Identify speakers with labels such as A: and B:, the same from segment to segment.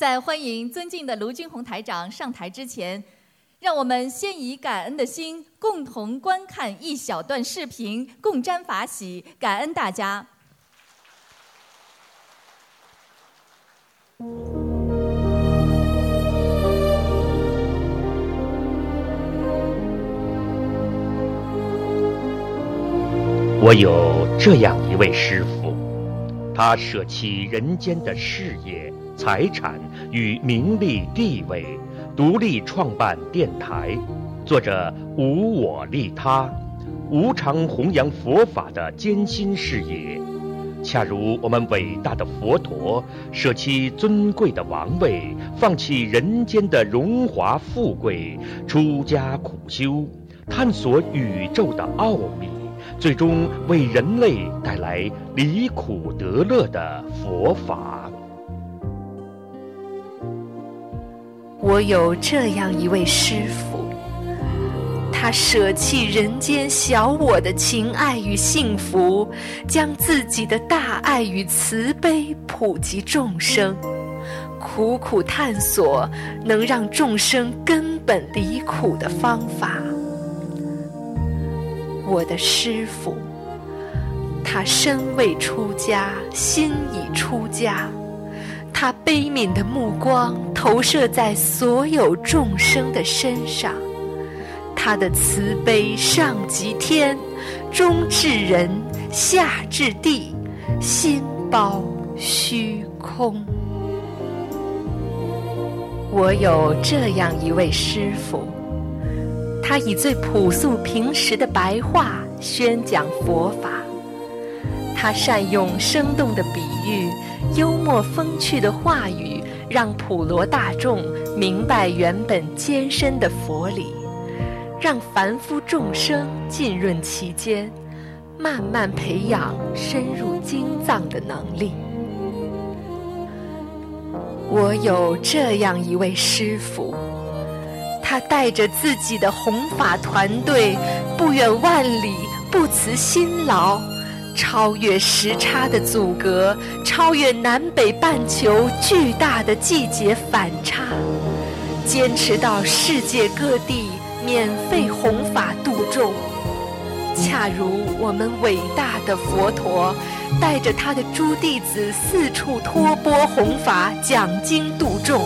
A: 在欢迎尊敬的卢军宏台长上台之前，让我们先以感恩的心，共同观看一小段视频，共沾法喜，感恩大家。
B: 我有这样一位师父，他舍弃人间的事业、财产与名利地位，独立创办电台，做着无我利他、无偿弘扬佛法的艰辛事业。恰如我们伟大的佛陀舍弃尊贵的王位，放弃人间的荣华富贵，出家苦修，探索宇宙的奥秘，最终为人类带来离苦得乐的佛法。
C: 我有这样一位师父，他舍弃人间小我的情爱与幸福，将自己的大爱与慈悲普及众生，苦苦探索能让众生根本离苦的方法。我的师父，他身未出家，心已出家，他悲悯的目光投射在所有众生的身上，他的慈悲上及天，中至人，下至地，心包虚空。我有这样一位师父，他以最朴素平实的白话宣讲佛法，他善用生动的比喻、幽默风趣的话语，让普罗大众明白原本艰深的佛理，让凡夫众生浸润其间，慢慢培养深入经藏的能力。我有这样一位师父，他带着自己的弘法团队，不远万里，不辞辛劳，超越时差的阻隔，超越南北半球巨大的季节反差，坚持到世界各地免费弘法度众。恰如我们伟大的佛陀带着他的诸弟子四处托钵弘法，讲经度众。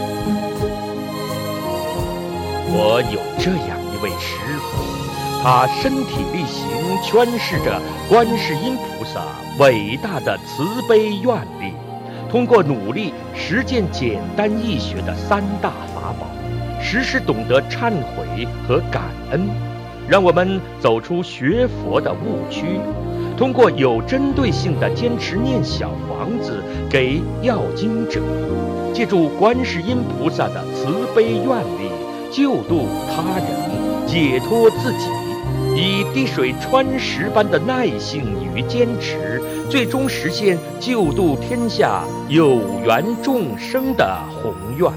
B: 我有这样一位师父，他身体力行诠释着观世音菩萨伟大的慈悲愿力，通过努力实践简单易学的三大法宝，时时懂得忏悔和感恩，让我们走出学佛的误区，通过有针对性的坚持念小房子给要经者，借助观世音菩萨的慈悲愿力救度他人，解脱自己，以滴水穿石般的耐性与坚持，最终实现救度天下有缘众生的宏愿。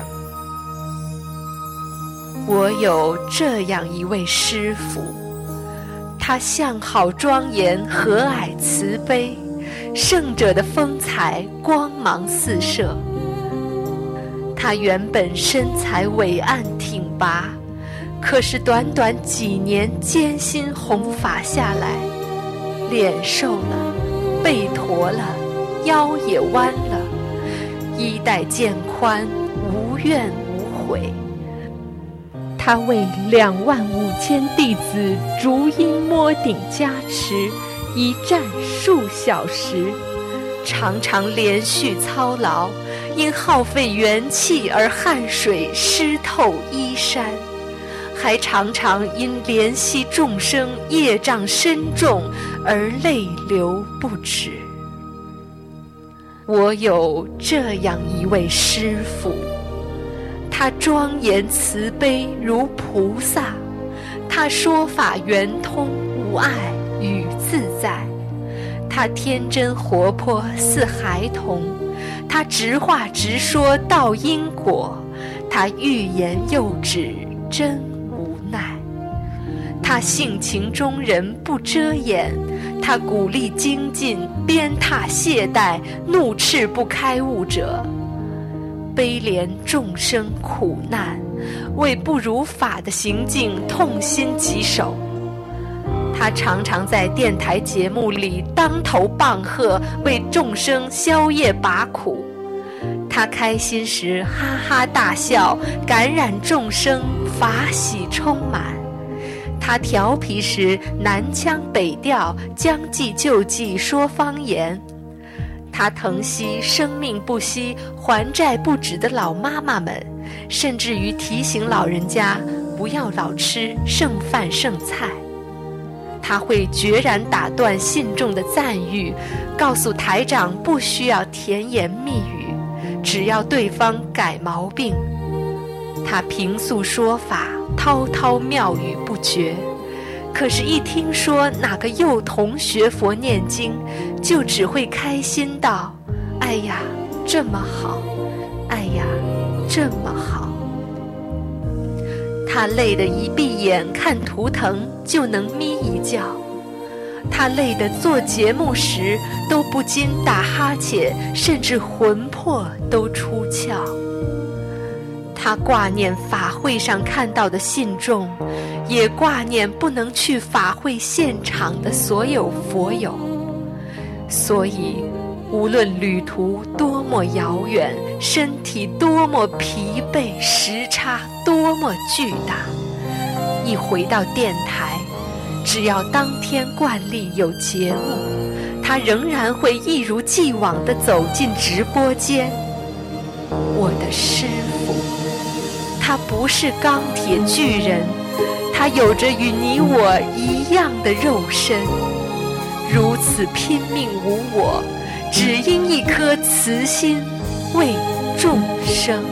C: 我有这样一位师父，他相好庄严，和蔼慈悲，圣者的风采光芒四射。他原本身材伟岸挺拔，可是短短几年艰辛弘法下来，脸瘦了，背驼了，腰也弯了，衣带渐宽，无怨无悔。他为25000弟子逐音摸顶加持，一站数小时，常常连续操劳，因耗费元气而汗水湿透衣衫，还常常因怜惜众生业障深重而泪流不止。我有这样一位师父，他庄严慈悲如菩萨，他说法圆通无碍与自在，他天真活泼似孩童，他直话直说道因果，他欲言又止真无奈，他性情中人不遮掩，他鼓励精进，鞭挞懈怠，怒斥不开悟者。 悲怜众生苦难，为不如法的行径痛心疾首。他常常在电台节目里当头棒喝，为众生消业拔苦。他开心时哈哈大笑，感染众生，法喜充满。他调皮时南腔北调，将计就计说方言。他疼惜生命不息、还债不止的老妈妈们，甚至于提醒老人家不要老吃剩饭剩菜。他会决然打断信众的赞誉，告诉台长不需要甜言蜜语，只要对方改毛病。他平素说法，滔滔妙语不绝，可是一听说哪个幼童学佛念经，就只会开心道：哎呀，这么好，哎呀，这么好。他累得一闭眼看图腾就能眯一觉，他累得做节目时都不禁打哈欠，甚至魂魄都出窍。他挂念法会上看到的信众，也挂念不能去法会现场的所有佛友。所以无论旅途多么遥远，身体多么疲惫，时差多么巨大，一回到电台，只要当天惯例有节目，他仍然会一如既往地走进直播间。我的师父，他不是钢铁巨人，他有着与你我一样的肉身，如此拼命无我，只因一颗慈心为众生。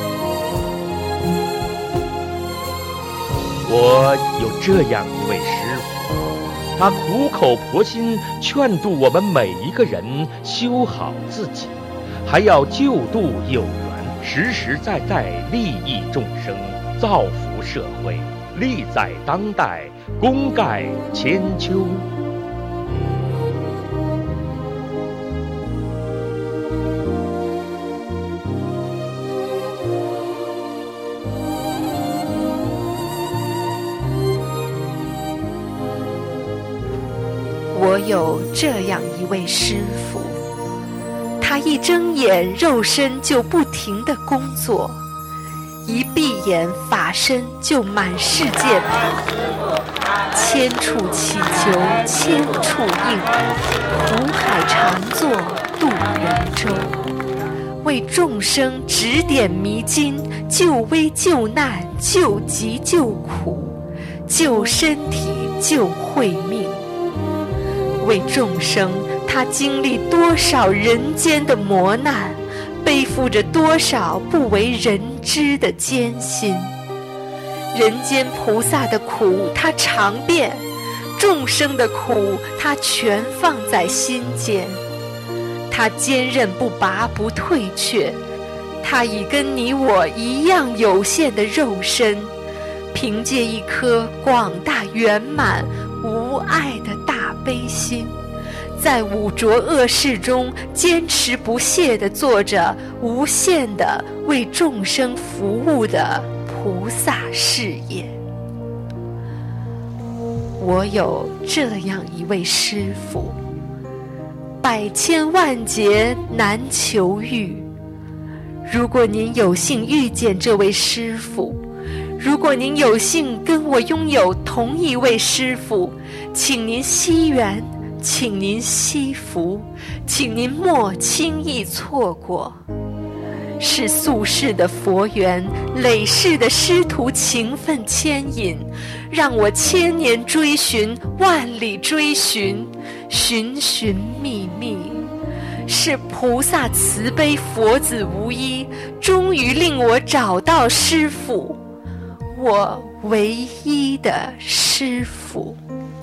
B: 我有这样一位师父，他苦口婆心劝度我们每一个人修好自己，还要救度有缘，实实在在利益众生，造福社会，利在当代，功盖千秋。
C: 我有这样一位师父，他一睁眼肉身就不停地工作，一闭眼法身就满世界跑，千处祈求千处应，苦海常作渡人舟，为众生指点迷津，救危救难，救急救苦，救身体救慧命。为众生，他经历多少人间的磨难，背负着多少不为人知的艰辛。人间菩萨的苦他常遍，众生的苦他全放在心间。他坚韧不拔不退却，他已跟你我一样有限的肉身，凭借一颗广大圆满无碍的大悲心，在五浊恶世中坚持不懈地做着无限的为众生服务的菩萨事业。我有这样一位师父，百千万劫难求遇。如果您有幸遇见这位师父，如果您有幸跟我拥有同一位师父，请您惜缘，请您惜福，请您莫轻易错过。是宿世的佛缘，累世的师徒情分牵引，让我千年追寻，万里追寻，寻寻觅觅。是菩萨慈悲，佛子无依，终于令我找到师父，我唯一的师父。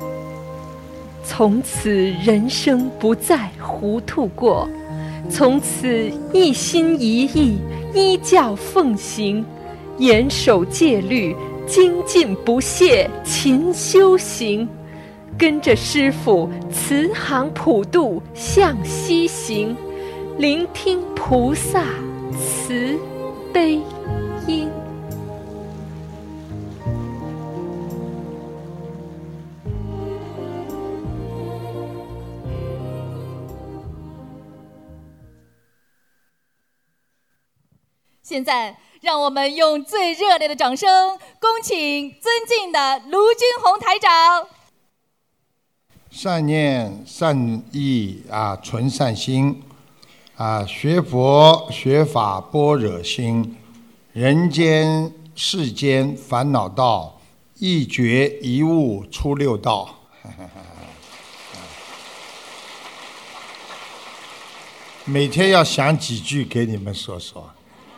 C: 从此人生不再糊涂过，从此一心一意依教奉行，严守戒律，精进不懈，勤修行，跟着师父慈航普渡向西行，聆听菩萨慈悲音。
A: 现在，让我们用最热烈的掌声，恭请尊敬的卢军宏台长。
D: 善念善意存善心学佛学法般若心，人间世间烦恼道，一觉一悟出六道。每天要想几句给你们说说。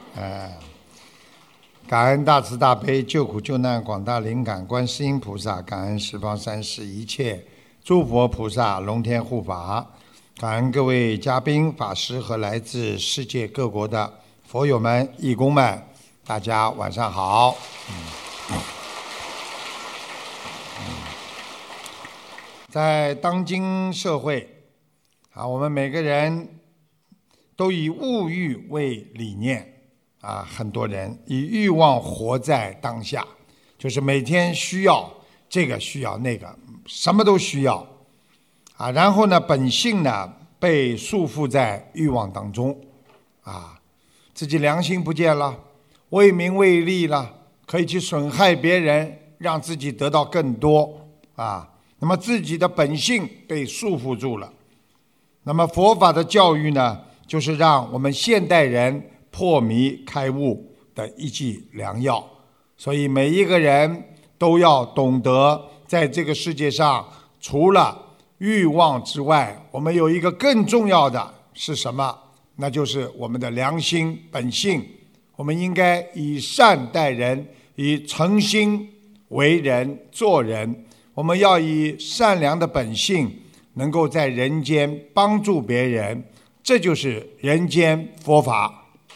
D: 感恩大慈大悲救苦救难广大灵感观世音菩萨，感恩十方三世一切诸佛菩萨龙天护法，感恩各位嘉宾法师和来自世界各国的佛友们义工们，大家晚上好。在当今社会我们每个人都以物欲为理念很多人以欲望活在当下，就是每天需要这个需要那个，什么都需要然后呢本性呢被束缚在欲望当中自己良心不见了，为名为利了，可以去损害别人，让自己得到更多那么自己的本性被束缚住了。那么佛法的教育呢，就是让我们现代人破迷开悟的一剂良药。所以每一个人都要懂得，在这个世界上除了欲望之外，我们有一个更重要的是什么？那就是我们的良心本性。我们应该以善待人，以诚心为人做人。我们要以善良的本性，能够在人间帮助别人，这就是人间佛法。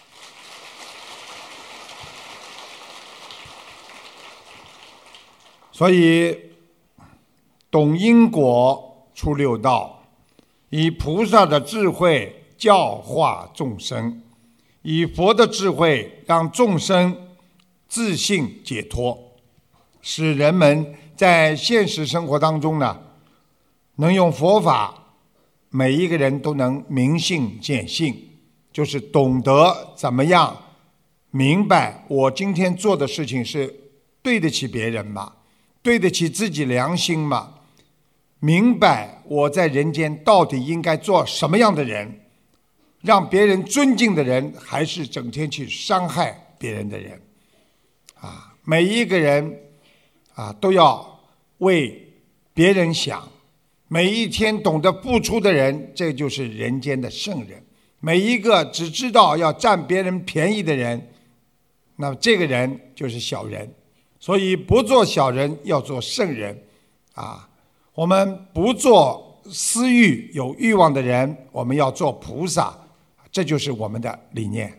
D: 所以懂因果出六道，以菩萨的智慧教化众生，以佛的智慧让众生自信解脱，使人们在现实生活当中呢，能用佛法，每一个人都能明信见性，就是懂得怎么样明白我今天做的事情是对得起别人吗？对得起自己良心吗？明白我在人间到底应该做什么样的人，让别人尊敬的人，还是整天去伤害别人的人每一个人都要为别人想，每一天懂得付出的人，这就是人间的圣人。每一个只知道要占别人便宜的人，那么这个人就是小人。所以不做小人，要做圣人我们不做私欲有欲望的人，我们要做菩萨，这就是我们的理念。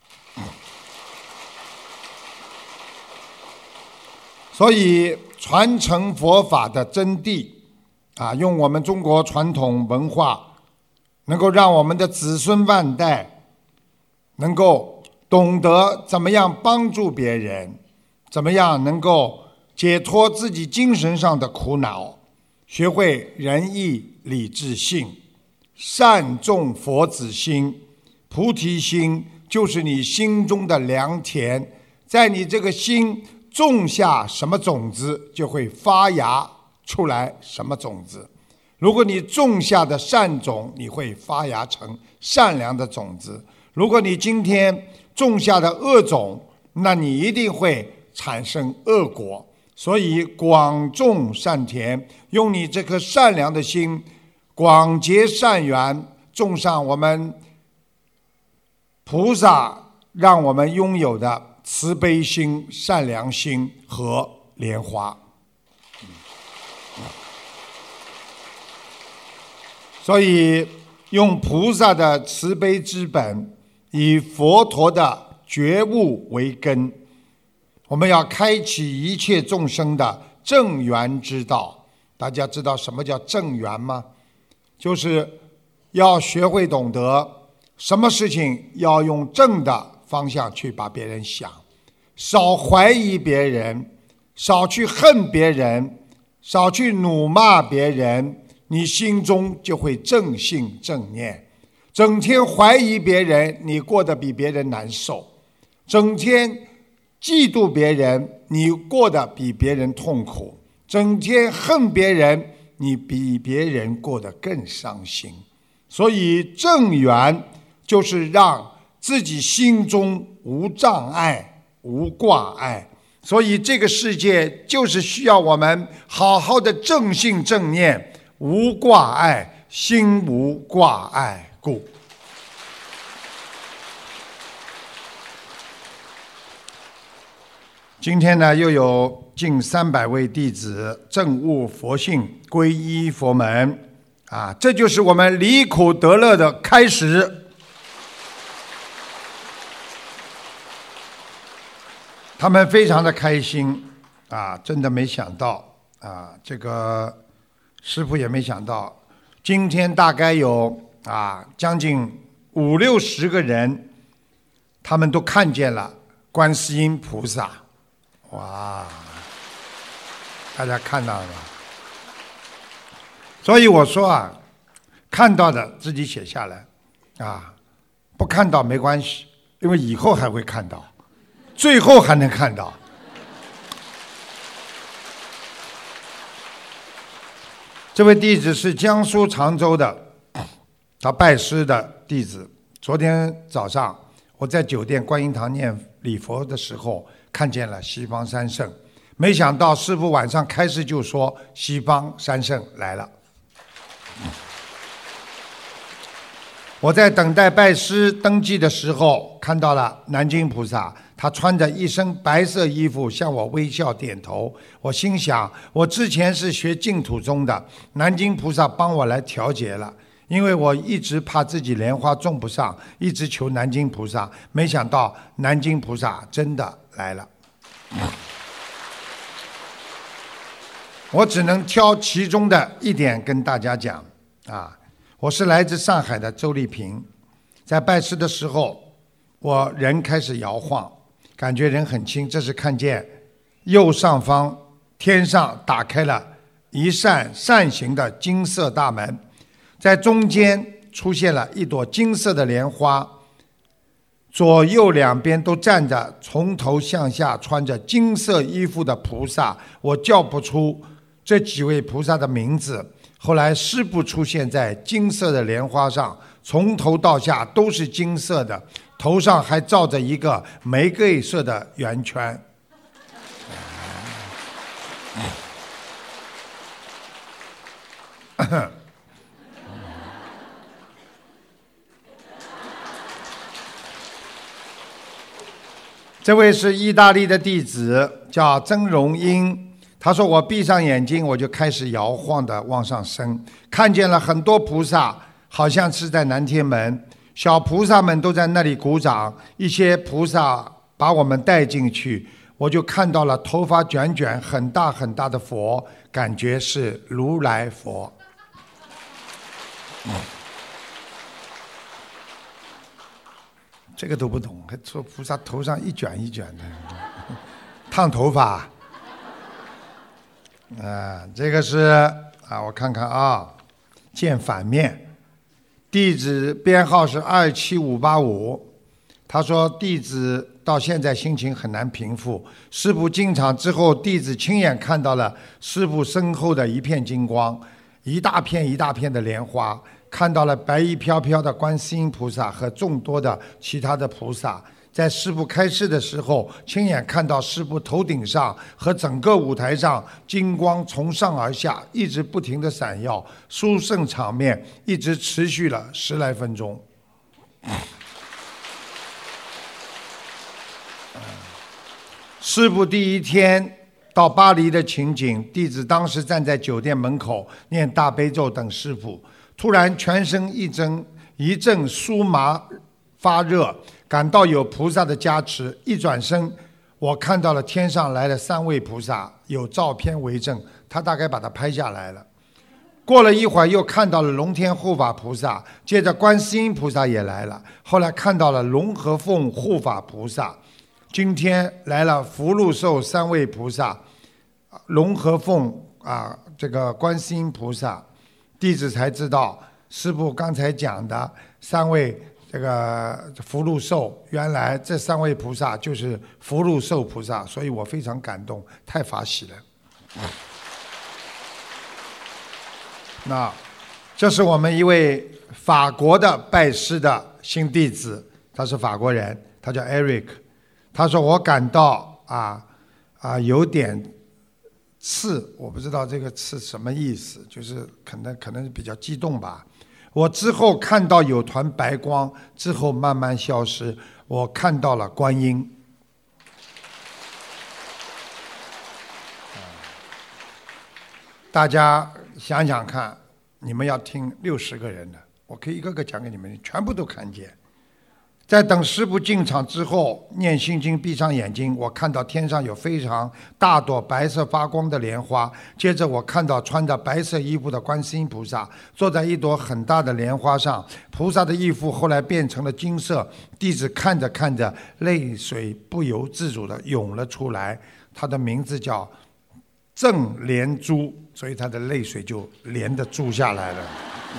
D: 所以传承佛法的真谛用我们中国传统文化，能够让我们的子孙万代能够懂得怎么样帮助别人，怎么样能够解脱自己精神上的苦恼，学会仁义礼智信，善种佛子心。菩提心就是你心中的良田，在你这个心种下什么种子，就会发芽出来什么种子。如果你种下的善种，你会发芽成善良的种子；如果你今天种下的恶种，那你一定会产生恶果。所以广种善田，用你这颗善良的心，广结善缘，种上我们菩萨让我们拥有的慈悲心、善良心和莲花。所以用菩萨的慈悲之本，以佛陀的觉悟为根，我们要开启一切众生的正缘之道。大家知道什么叫正缘吗？就是要学会懂得什么事情要用正的方向去把别人想，少怀疑别人，少去恨别人，少去辱骂别人，你心中就会正信正念。整天怀疑别人，你过得比别人难受；整天嫉妒别人，你过得比别人痛苦；整天恨别人，你比别人过得更伤心。所以正缘就是让自己心中无障碍、无挂碍。所以这个世界就是需要我们好好的正信正念，无挂碍，心无挂碍故。今天呢，又有近300位弟子证悟佛性，皈依佛门啊，这就是我们离苦得乐的开始。他们非常的开心啊，真的没想到啊，这个师父也没想到，今天大概有将近50-60个人，他们都看见了观世音菩萨。哇，大家看到了吧？所以我说看到的自己写下来不看到没关系，因为以后还会看到，最后还能看到。这位弟子是江苏常州的，他拜师的弟子。昨天早上我在酒店观音堂念礼佛的时候，看见了西方三圣，没想到师父晚上开始就说西方三圣来了。我在等待拜师登记的时候，看到了南京菩萨，他穿着一身白色衣服向我微笑点头。我心想，我之前是学净土宗的，南京菩萨帮我来调节了，因为我一直怕自己莲花种不上，一直求南京菩萨，没想到南京菩萨真的来了。我只能挑其中的一点跟大家讲我是来自上海的周丽萍，在拜师的时候，我人开始摇晃，感觉人很轻，这时看见右上方天上打开了一扇扇形的金色大门，在中间出现了一朵金色的莲花，左右两边都站着从头向下穿着金色衣服的菩萨，我叫不出这几位菩萨的名字。后来师父出现在金色的莲花上，从头到下都是金色的，头上还罩着一个玫瑰色的圆圈。这位是意大利的弟子，叫曾荣英。他说我闭上眼睛，我就开始摇晃的往上升，看见了很多菩萨，好像是在南天门，小菩萨们都在那里鼓掌，一些菩萨把我们带进去，我就看到了头发卷卷很大很大的佛，感觉是如来佛。这个都不懂，还说菩萨头上一卷一卷的烫头发这个是我看看见反面，弟子编号是27585。他说弟子到现在心情很难平复，师父进场之后，弟子亲眼看到了师父身后的一片金光，一大片一大片的莲花，看到了白衣飘飘的观世音菩萨和众多的其他的菩萨。在师父开示的时候，亲眼看到师父头顶上和整个舞台上金光从上而下一直不停地闪耀，殊胜场面一直持续了10来分钟。师父第一天到巴黎的情景，弟子当时站在酒店门口念大悲咒等师父，突然全身一阵酥麻发热，感到有菩萨的加持，一转身我看到了天上来了3位菩萨，有照片为证，他大概把它拍下来了。 过了一会儿又看到了龙天护法菩萨，接着观世音菩萨也来了，后来看到了龙和凤护法菩萨，今天来了福禄寿三位菩萨，龙和凤这个观世音菩萨，弟子才知道师父刚才讲的三位这个福禄寿，原来这三位菩萨就是福禄寿菩萨，所以我非常感动，太法喜了。那这是我们一位法国的拜师的新弟子，他是法国人，他叫 Eric。他说我感到有点刺，我不知道这个刺什么意思，就是可能比较激动吧。我之后看到有团白光，之后慢慢消失，我看到了观音。大家想想看，你们要听60个人的，我可以一个个讲给你们，全部都看见。在等师父进场之后，念心经，闭上眼睛，我看到天上有非常大朵白色发光的莲花，接着我看到穿着白色衣服的观世音菩萨坐在一朵很大的莲花上，菩萨的衣服后来变成了金色，弟子看着看着，泪水不由自主地涌了出来。他的名字叫正莲珠，所以他的泪水就连着珠下来了。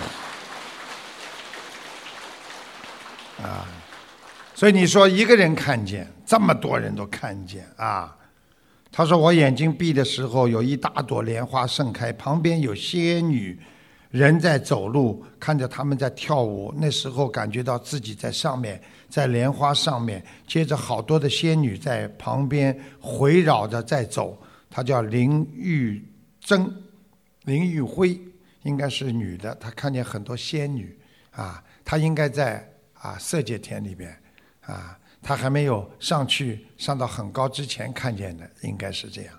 D: 所以你说一个人看见，这么多人都看见啊！他说我眼睛闭的时候，有一大朵莲花盛开，旁边有仙女人在走路，看着他们在跳舞。那时候感觉到自己在上面，在莲花上面，接着好多的仙女在旁边围绕着在走。她叫林玉珍，林玉辉应该是女的，她看见很多仙女她应该在色界天里边她还没有上到很高之前看见的，应该是这样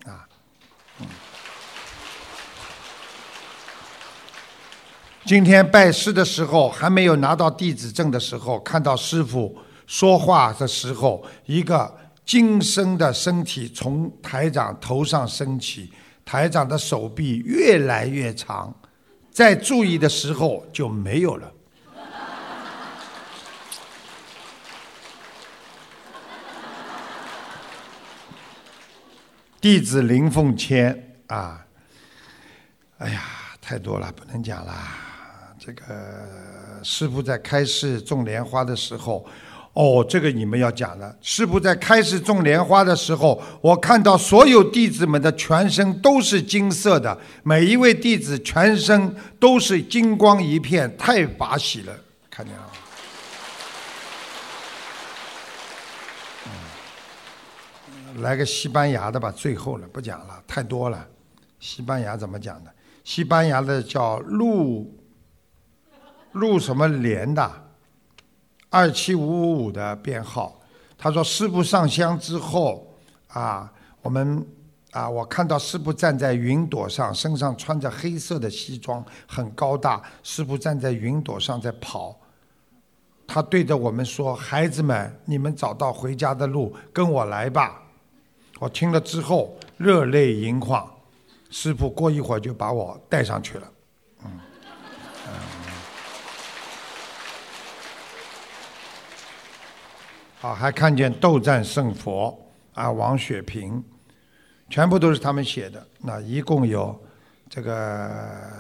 D: 今天拜师的时候，还没有拿到弟子证的时候，看到师父说话的时候，一个金身的身体从台长头上升起，台长的手臂越来越长，在注意的时候就没有了。弟子林凤谦哎呀，太多了，不能讲了。这个师父在开示种莲花的时候，这个你们要讲了。师父在开示种莲花的时候，我看到所有弟子们的全身都是金色的，每一位弟子全身都是金光一片，太法喜了，看见了吗？来个西班牙的吧，最后了，不讲了，太多了。西班牙怎么讲的？西班牙的叫陆什么莲的，27555的编号。他说师父上香之后我看到师父站在云朵上，身上穿着黑色的西装，很高大。师父站在云朵上在跑，他对着我们说：“孩子们，你们找到回家的路，跟我来吧。”我听了之后热泪盈眶，师父过一会儿就把我带上去了。还看见斗战胜佛王雪萍，全部都是他们写的。那一共有这个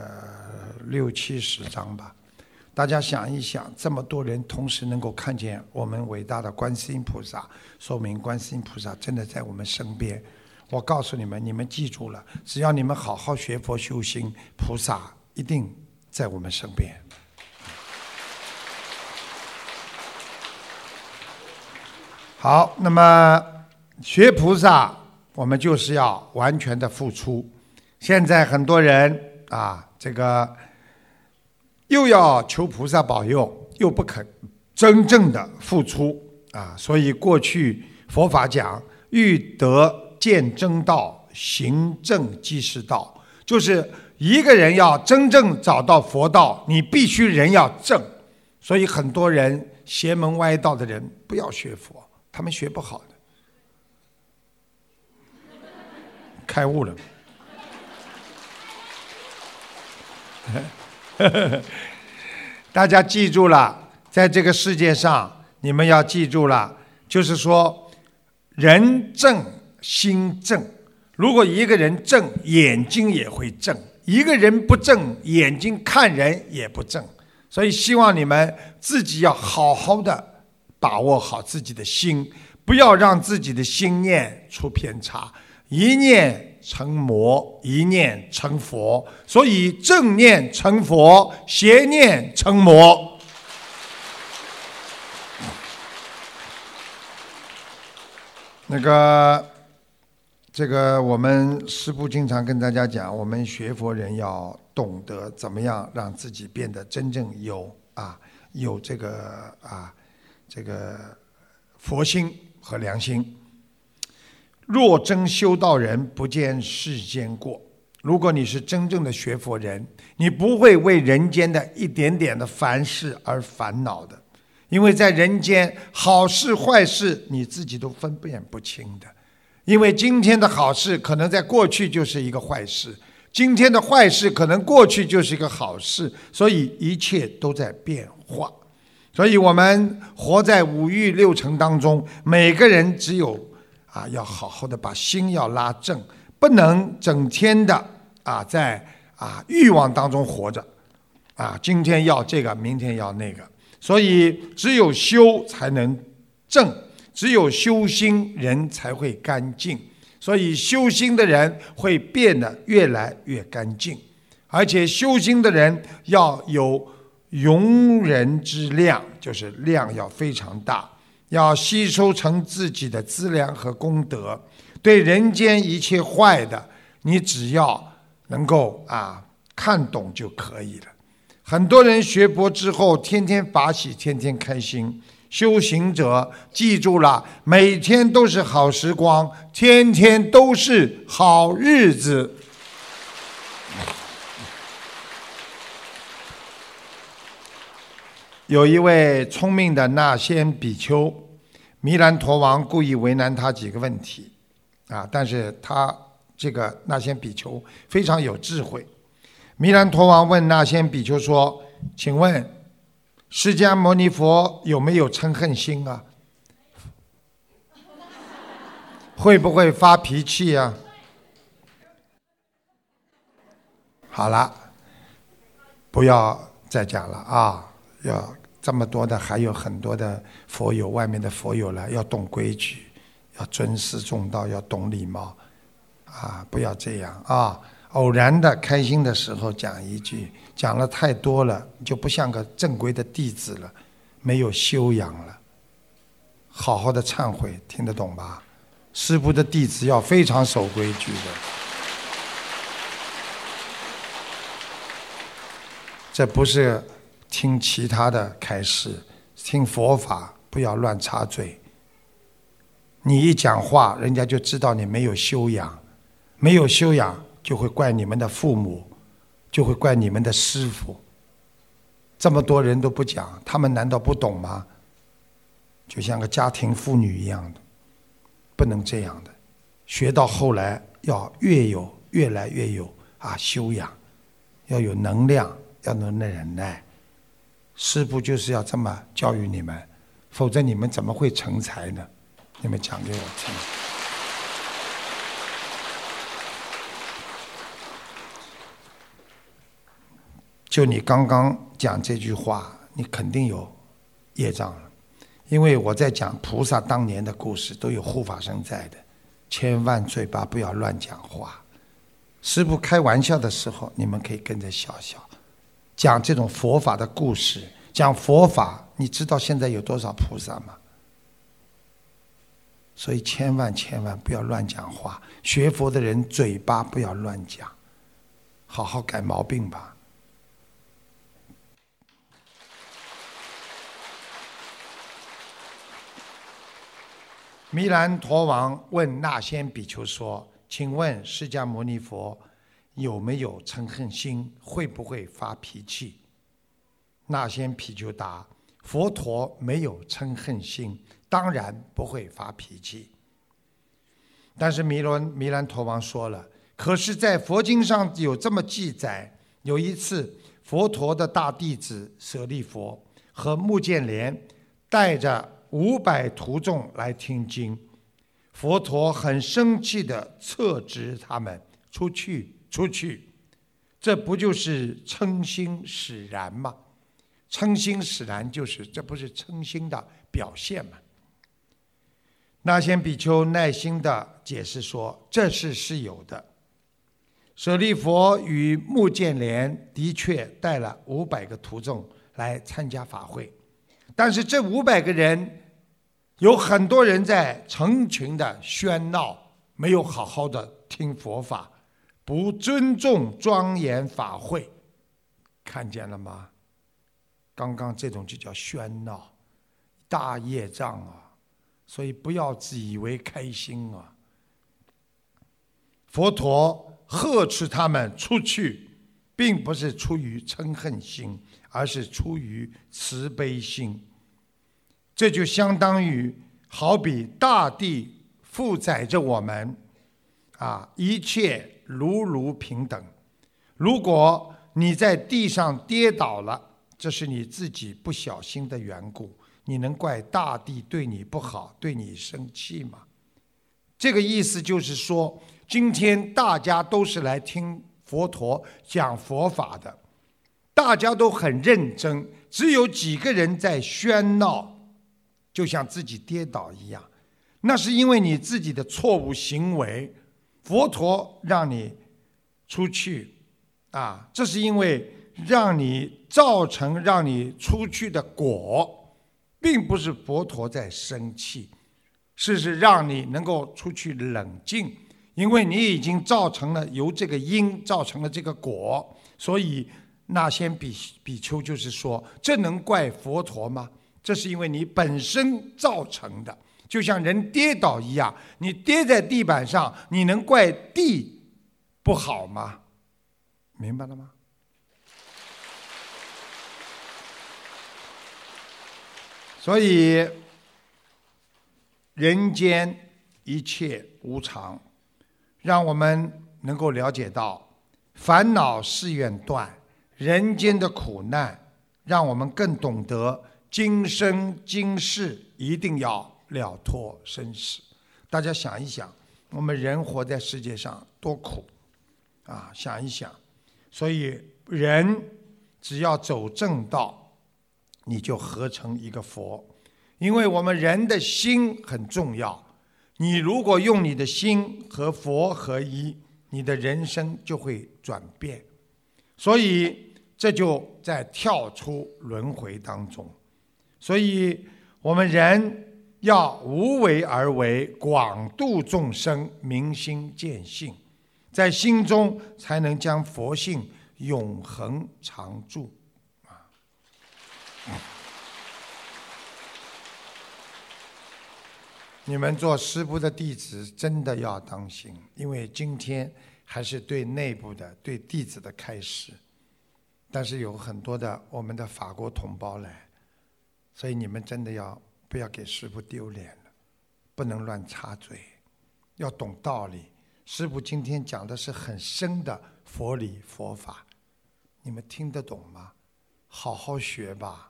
D: 60-70张吧。大家想一想，这么多人同时能够看见我们伟大的观世音菩萨，说明观世音菩萨真的在我们身边。我告诉你们，你们记住了，只要你们好好学佛修心，菩萨一定在我们身边。好，那么学菩萨，我们就是要完全的付出。现在很多人这个又要求菩萨保佑，又不肯真正的付出所以过去佛法讲欲得见真道，行正即是道，就是一个人要真正找到佛道，你必须人要正。所以很多人邪门歪道的人不要学佛，他们学不好的，开悟了。 大家记住了，在这个世界上，你们要记住了，就是说，人正心正。如果一个人正，眼睛也会正；一个人不正，眼睛看人也不正。所以希望你们自己要好好的把握好自己的心，不要让自己的心念出偏差。一念成魔，一念成佛。所以正念成佛，邪念成魔。这个我们师父经常跟大家讲，我们学佛人要懂得怎么样让自己变得真正有这个佛心和良心。若真修道人，不见世间过。如果你是真正的学佛人，你不会为人间的一点点的凡事而烦恼的，因为在人间好事坏事你自己都分辨不清的。因为今天的好事可能在过去就是一个坏事，今天的坏事可能过去就是一个好事，所以一切都在变化。所以我们活在五欲六尘当中，每个人只有要好好的把心要拉正，不能整天的在欲望当中活着今天要这个，明天要那个。所以只有修才能正，只有修心人才会干净。所以修心的人会变得越来越干净，而且修心的人要有容人之量，就是量要非常大，要吸收成自己的资粮和功德。对人间一切坏的，你只要能够看懂就可以了。很多人学佛之后天天法喜，天天开心。修行者记住了，每天都是好时光，天天都是好日子。有一位聪明的那仙比丘，弥兰陀王故意为难他几个问题但是他这个那仙比丘非常有智慧。弥兰陀王问那仙比丘说，请问释迦牟尼佛有没有嗔恨心啊？会不会发脾气啊？好了，不要再讲了要这么多的，还有很多的佛友，外面的佛友了，要懂规矩，要尊师重道，要懂礼貌不要这样偶然的开心的时候讲一句，讲了太多了就不像个正规的弟子了，没有修养了。好好的忏悔，听得懂吧？师父的弟子要非常守规矩的，这不是听其他的开示，听佛法不要乱插嘴。你一讲话，人家就知道你没有修养，没有修养就会怪你们的父母，就会怪你们的师父。这么多人都不讲，他们难道不懂吗？就像个家庭妇女一样的，不能这样的。学到后来要越来越有修养，要有能量，要能忍耐。师父就是要这么教育你们，否则你们怎么会成才呢？你们讲给我听。就你刚刚讲这句话，你肯定有业障了。因为我在讲菩萨当年的故事，都有护法神在的，千万嘴巴不要乱讲话。师父开玩笑的时候，你们可以跟着笑笑。讲这种佛法的故事，讲佛法，你知道现在有多少菩萨吗？所以千万不要乱讲话。学佛的人嘴巴不要乱讲，好好改毛病吧。弥兰陀王问那仙比丘说，请问释迦牟尼佛有没有嗔恨心，会不会发脾气？那仙比丘答，佛陀没有嗔恨心，当然不会发脾气。但是弥兰陀王说了，可是在佛经上有这么记载， 有一次，佛陀的大弟子舍利弗和目犍连带着500徒众来听经，佛陀很生气地斥责他们出去，出去。这不就是嗔心使然吗？嗔心使然这不是嗔心的表现吗？那仙比丘耐心地解释说，这事是有的。舍利弗与目犍连的确带了500个徒众来参加法会，但是这500个人有很多人在成群的喧闹，没有好好的听佛法，不尊重庄严法会，看见了吗？刚刚这种就叫喧闹，大业障啊！所以不要自以为开心啊！佛陀呵斥他们出去，并不是出于嗔恨心，而是出于慈悲心。这就相当于好比大地负载着我们，一切如如平等。如果你在地上跌倒了，这是你自己不小心的缘故，你能怪大地对你不好，对你生气吗？这个意思就是说，今天大家都是来听佛陀讲佛法的，大家都很认真，只有几个人在喧闹，就像自己跌倒一样，那是因为你自己的错误行为，佛陀让你出去，这是因为让你造成让你出去的果，并不是佛陀在生气，是让你能够出去冷静，因为你已经造成了由这个因造成了这个果，所以那仙比丘就是说，这能怪佛陀吗？这是因为你本身造成的，就像人跌倒一样，你跌在地板上，你能怪地不好吗？明白了吗？所以人间一切无常，让我们能够了解到烦恼誓愿断，人间的苦难，让我们更懂得今生今世一定要了脱生死。大家想一想，我们人活在世界上多苦想一想。所以人只要走正道，你就合成一个佛。因为我们人的心很重要，你如果用你的心和佛合一，你的人生就会转变。所以这就在跳出轮回当中。所以我们人要无为而为，广度众生，明心见性，在心中才能将佛性永恒常驻。你们做师父的弟子真的要当心，因为今天还是对内部的对弟子的开始，但是有很多的我们的法国同胞来，所以你们真的不要给师父丢脸了，不能乱插嘴，要懂道理。师父今天讲的是很深的佛理佛法，你们听得懂吗？好好学吧。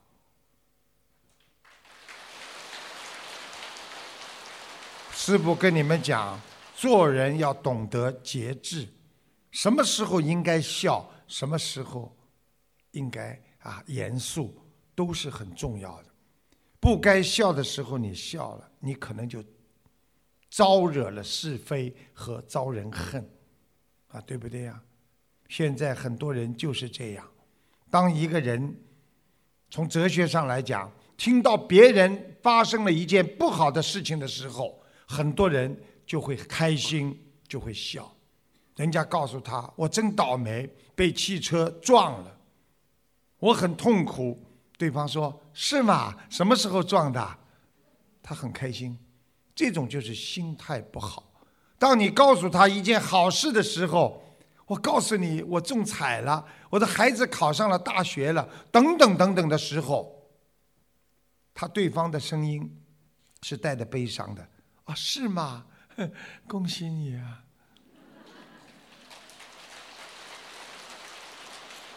D: 师父跟你们讲，做人要懂得节制，什么时候应该笑，什么时候应该严肃，都是很重要的。不该笑的时候你笑了，你可能就招惹了是非和招人恨对不对呀？现在很多人就是这样，当一个人从哲学上来讲，听到别人发生了一件不好的事情的时候，很多人就会开心，就会笑。人家告诉他，我真倒霉，被汽车撞了，我很痛苦。对方说，是吗？什么时候撞的？他很开心。这种就是心态不好。当你告诉他一件好事的时候，我告诉你，我中彩了，我的孩子考上了大学了，等等等等的时候，对方的声音是带着悲伤的。是吗？恭喜你啊！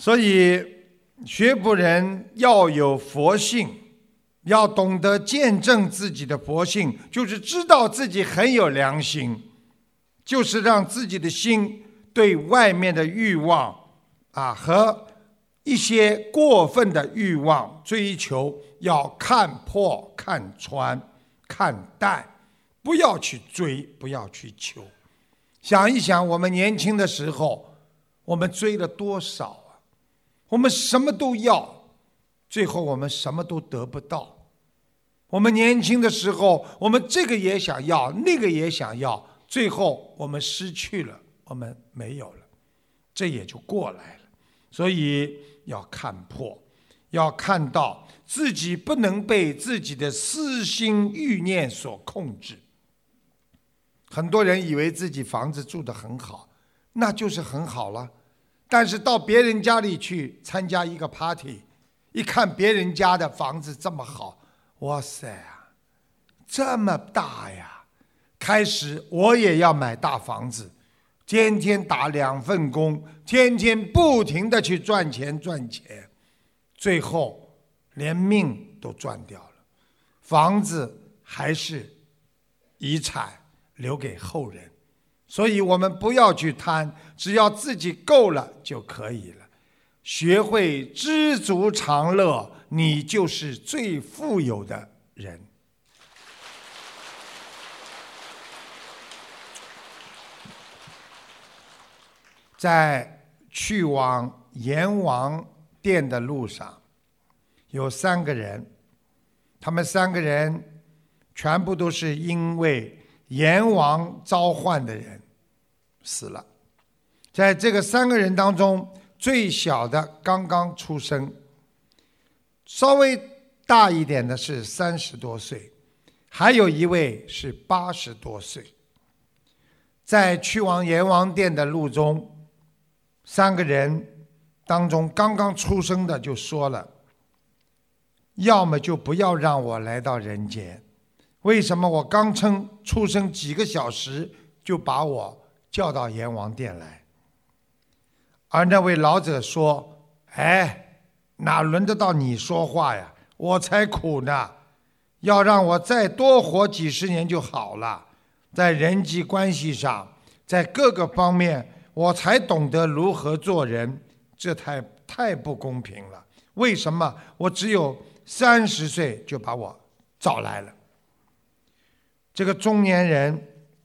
D: 所以学佛人要有佛性，要懂得见证自己的佛性，就是知道自己很有良心，就是让自己的心对外面的欲望和一些过分的欲望追求要看破看穿看淡，不要去追，不要去求。想一想我们年轻的时候，我们追了多少啊？我们什么都要，最后我们什么都得不到。我们年轻的时候，我们这个也想要，那个也想要，最后我们失去了，我们没有了，这也就过来了。所以要看破，要看到自己不能被自己的私心欲念所控制。很多人以为自己房子住得很好，那就是很好了，但是到别人家里去参加一个 party， 一看别人家的房子这么好，哇塞啊，这么大呀，开始我也要买大房子，天天打2份工，天天不停地去赚钱，最后连命都赚掉了，房子还是遗产留给后人。所以我们不要去贪，只要自己够了就可以了。学会知足常乐，你就是最富有的人。在去往阎王殿的路上，有3个人，他们3个人全部都是因为阎王召唤的人死了。在这个3个人当中，最小的刚刚出生，稍微大一点的是30多岁，还有一位是80多岁。在去往阎王殿的路中，3个人当中刚刚出生的就说了，要么就不要让我来到人间，为什么我刚出生几个小时就把我叫到阎王殿来？而那位老者说，哪轮得到你说话呀，我才苦呢，要让我再多活几十年就好了，在人际关系上，在各个方面我才懂得如何做人，这太不公平了。为什么我只有30岁就把我找来了？这个中年人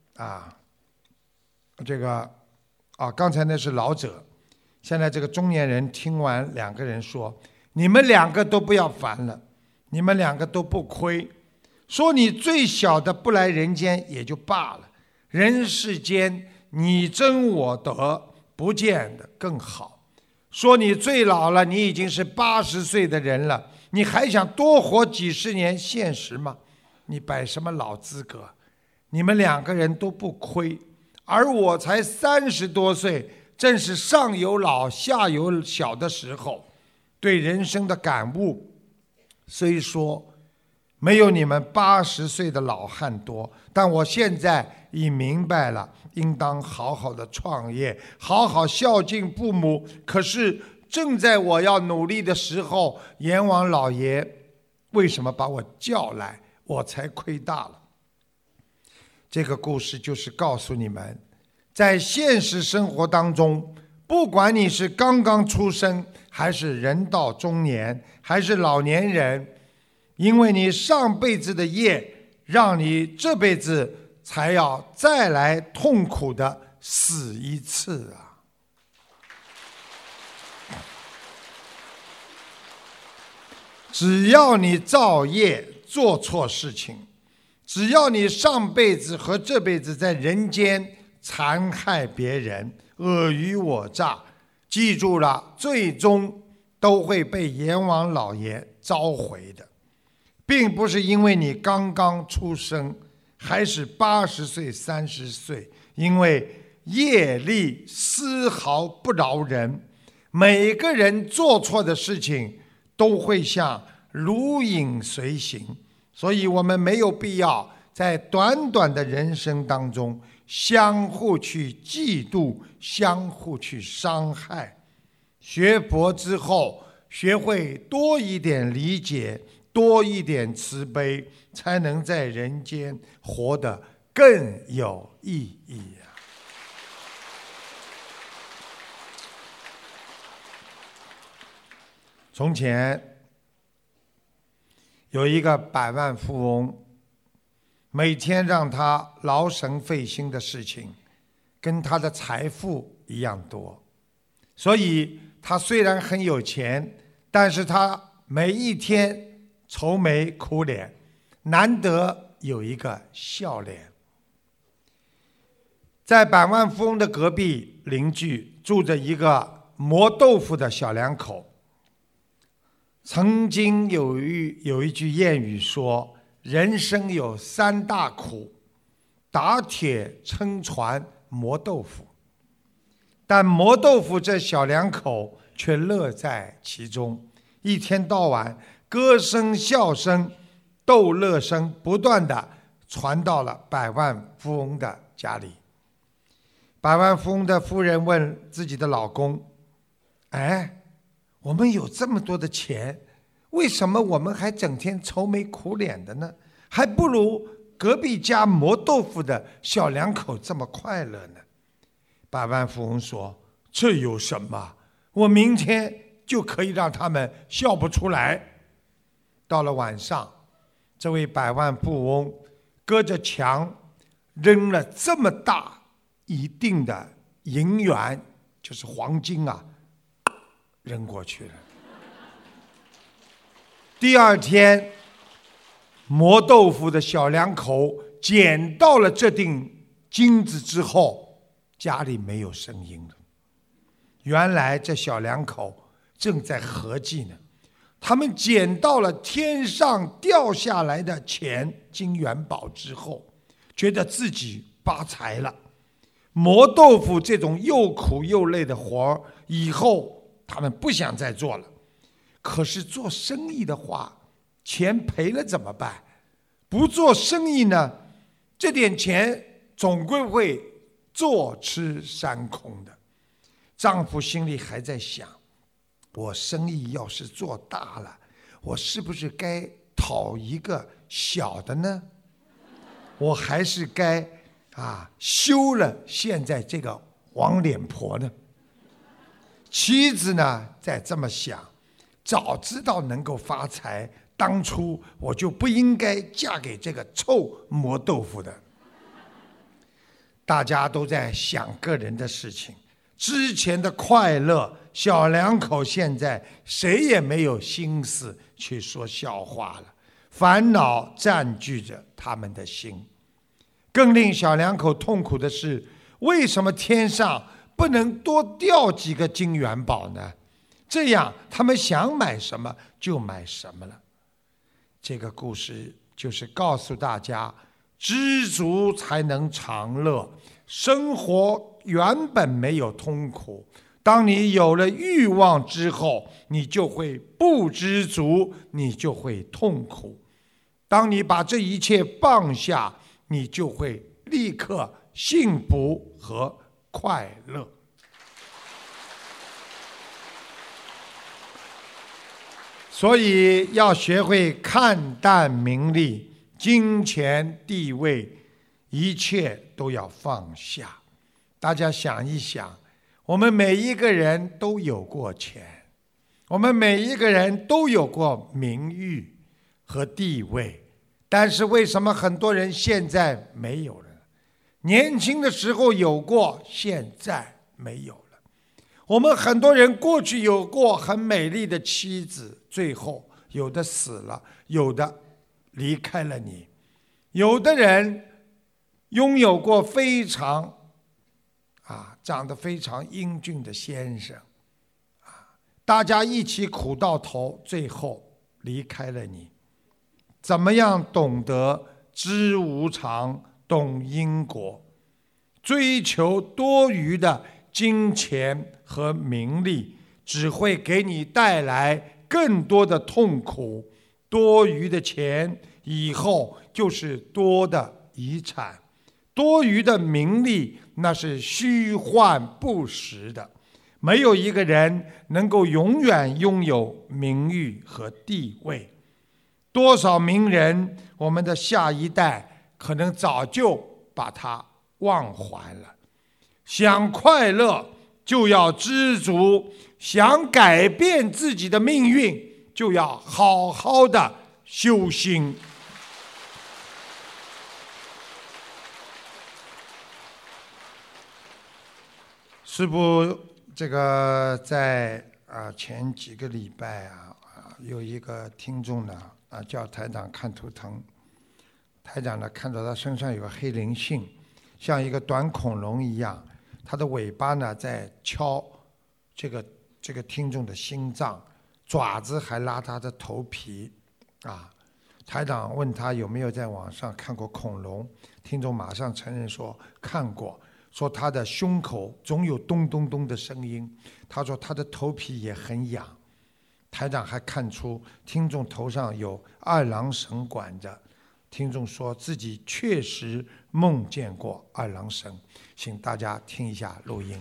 D: 刚才那是老者，现在这个中年人听完2个人说，你们2个都不要烦了，你们2个都不亏，说你最小的不来人间也就罢了，人世间你争我得，不见得更好。说你最老了，你已经是80岁的人了，你还想多活几十年，现实吗？你摆什么老资格？你们2个人都不亏，而我才30多岁，正是上有老下有小的时候，对人生的感悟虽说没有你们80岁的老汉多，但我现在已明白了，应当好好的创业，好好孝敬父母。可是正在我要努力的时候，阎王老爷为什么把我叫来，我才亏大了。这个故事就是告诉你们，在现实生活当中，不管你是刚刚出生，还是人到中年，还是老年人，因为你上辈子的业，让你这辈子才要再来痛苦的死一次啊！只要你造业做错事情，只要你上辈子和这辈子在人间残害别人，尔虞我诈，记住了，最终都会被阎王老爷召回的，并不是因为你刚刚出生，还是80岁、30岁，因为业力丝毫不饶人，每个人做错的事情都会像如影随形，所以我们没有必要在短短的人生当中相互去嫉妒，相互去伤害。 学佛之后，学会多一点理解，多一点慈悲，才能在人间活得更有意义啊！从前有一个百万富翁，每天让他劳神费心的事情，跟他的财富一样多。所以他虽然很有钱，但是他每一天愁眉苦脸，难得有一个笑脸。在百万富翁的隔壁邻居住着一个磨豆腐的小两口。曾经有一句谚语说，人生有三大苦，打铁撑船磨豆腐。但磨豆腐这小两口却乐在其中，一天到晚歌声笑声逗乐声不断地传到了百万富翁的家里。百万富翁的夫人问自己的老公，我们有这么多的钱，为什么我们还整天愁眉苦脸的呢？还不如隔壁家磨豆腐的小两口这么快乐呢。百万富翁说，这有什么？我明天就可以让他们笑不出来。到了晚上，这位百万富翁隔着墙扔了这么大一锭的银元，就是黄金啊，扔过去了。第二天，磨豆腐的小两口捡到了这锭金子之后，家里没有声音了。原来这小两口正在合计呢，他们捡到了天上掉下来的钱金元宝之后，觉得自己发财了。磨豆腐这种又苦又累的活以后他们不想再做了。可是做生意的话，钱赔了怎么办？不做生意呢，这点钱总归会坐吃山空的。丈夫心里还在想，我生意要是做大了，我是不是该讨一个小的呢？我还是该休了现在这个黄脸婆呢？妻子呢在这么想，早知道能够发财，当初我就不应该嫁给这个臭磨豆腐的。大家都在想个人的事情，之前的快乐，小两口现在谁也没有心思去说笑话了，烦恼占据着他们的心。更令小两口痛苦的是，为什么天上不能多掉几个金元宝呢？这样他们想买什么就买什么了。这个故事就是告诉大家，知足才能常乐。生活原本没有痛苦，当你有了欲望之后，你就会不知足，你就会痛苦。当你把这一切放下，你就会立刻幸福和快乐。所以要学会看淡名利、金钱、地位，一切都要放下。大家想一想，我们每一个人都有过钱，我们每一个人都有过名誉和地位，但是为什么很多人现在没有了？年轻的时候有过，现在没有了。我们很多人过去有过很美丽的妻子，最后有的死了，有的离开了你。有的人拥有过非常长得非常英俊的先生，大家一起苦到头，最后离开了你。怎么样懂得知无常，懂因果？追求多余的金钱和名利，只会给你带来更多的痛苦。多余的钱以后就是多的遗产，多余的名利那是虚幻不实的。 没有一个人能够永远拥有名誉和地位。多少名人，我们的下一代可能早就把他忘怀了。想快乐就要知足，想改变自己的命运就要好好的修心。师父这个在前几个礼拜有一个听众呢叫台长看图腾，台长呢看到他身上有个黑灵性，像一个短恐龙一样，他的尾巴呢在敲这个听众的心脏，爪子还拉他的头皮台长问他有没有在网上看过恐龙，听众马上承认说看过，说他的胸口总有咚咚咚的声音，他说他的头皮也很痒。台长还看出听众头上有二郎神管着，听众说自己确实梦见过二郎神，请大家听一下录音。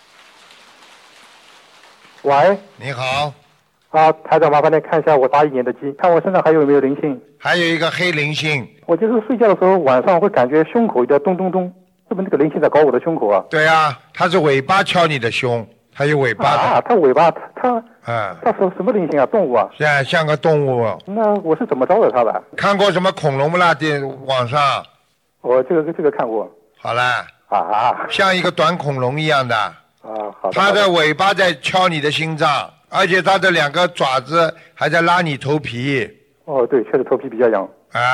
E: 喂，
D: 你好。
E: 台长，麻烦你看一下我81年的鸡，看我身上还有没有灵性。
D: 还有一个黑灵性。我
E: 就是睡觉的时候晚上会感觉胸口有点咚咚咚，是不是那个灵性在搞我的胸口啊？
D: 对啊，它是尾巴敲你的胸，还有尾巴的。
E: 它尾巴它什么灵性啊？动物啊？
D: 像个动物。
E: 那我是怎么招惹它的？
D: 看过什么恐龙不啦？网上。
E: 我这个看过。
D: 好了。像一个短恐龙一样的。
E: 好的。
D: 它的尾巴在敲你的心脏，而且它的2个爪子还在拉你头皮。
E: 对，确实头皮比较痒。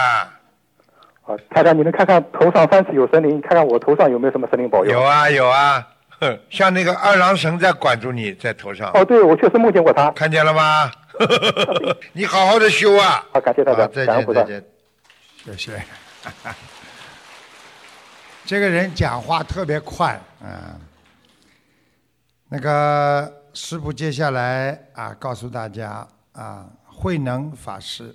E: 台长，你能看看头上3次有神灵，看看我头上有没有什么神灵保佑？
D: 有啊，像那个二郎神在管住你在头上。
E: 对，我确实梦见过他。
D: 看见了吗？你好好的修啊。
E: 好，感谢大家，
D: 再见。谢谢。这个人讲话特别快那个师父接下来告诉大家慧能法师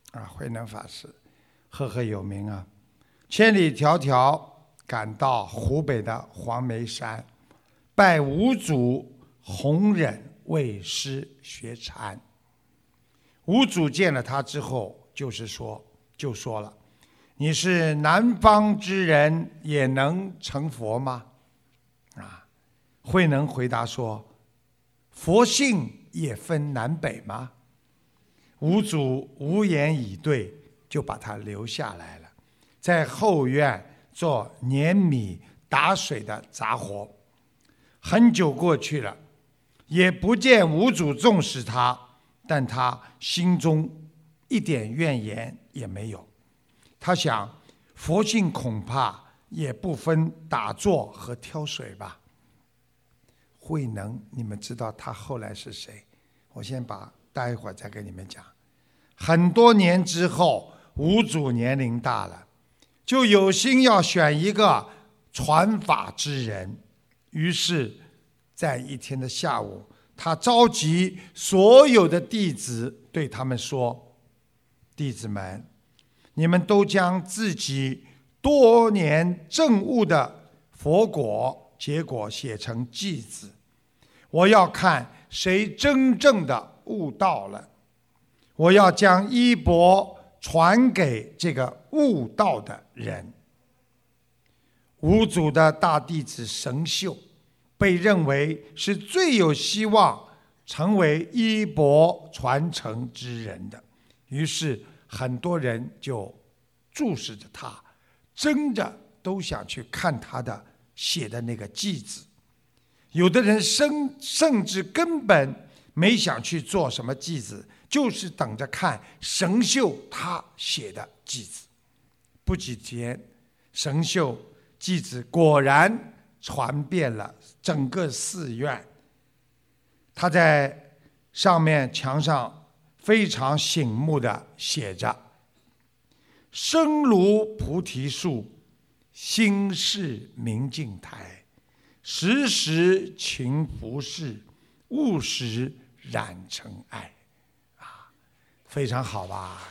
D: 赫赫有名千里迢迢赶到湖北的黄梅山，拜五祖弘忍为师学禅。五祖见了他之后就说了，你是南方之人也能成佛吗？慧能回答说，佛性也分南北吗？五祖无言以对，就把他留下来了，在后院做碾米打水的杂活。很久过去了，也不见五祖重视他，但他心中一点怨言也没有。他想，佛性恐怕也不分打坐和挑水吧。慧能，你们知道他后来是谁？我先待一会儿再跟你们讲。很多年之后，五祖年龄大了，就有心要选一个传法之人。于是在一天的下午，他召集所有的弟子，对他们说，弟子们，你们都将自己多年证悟的佛果结果写成偈子，我要看谁真正的悟道了，我要将衣钵传给这个悟道的人。五祖的大弟子神秀被认为是最有希望成为衣钵传承之人的，于是很多人就注视着他，争着都想去看他的写的那个偈子。有的人甚至根本没想去做什么偈子，就是等着看神秀他写的偈子。不几天，神秀偈子果然传遍了整个寺院。他在上面墙上非常醒目地写着，身如菩提树，心是明镜台，时时勤拂拭，勿使染尘埃。非常好吧？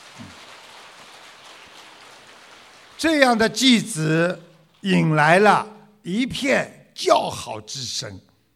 D: 这样的偈子引来了一片叫好之声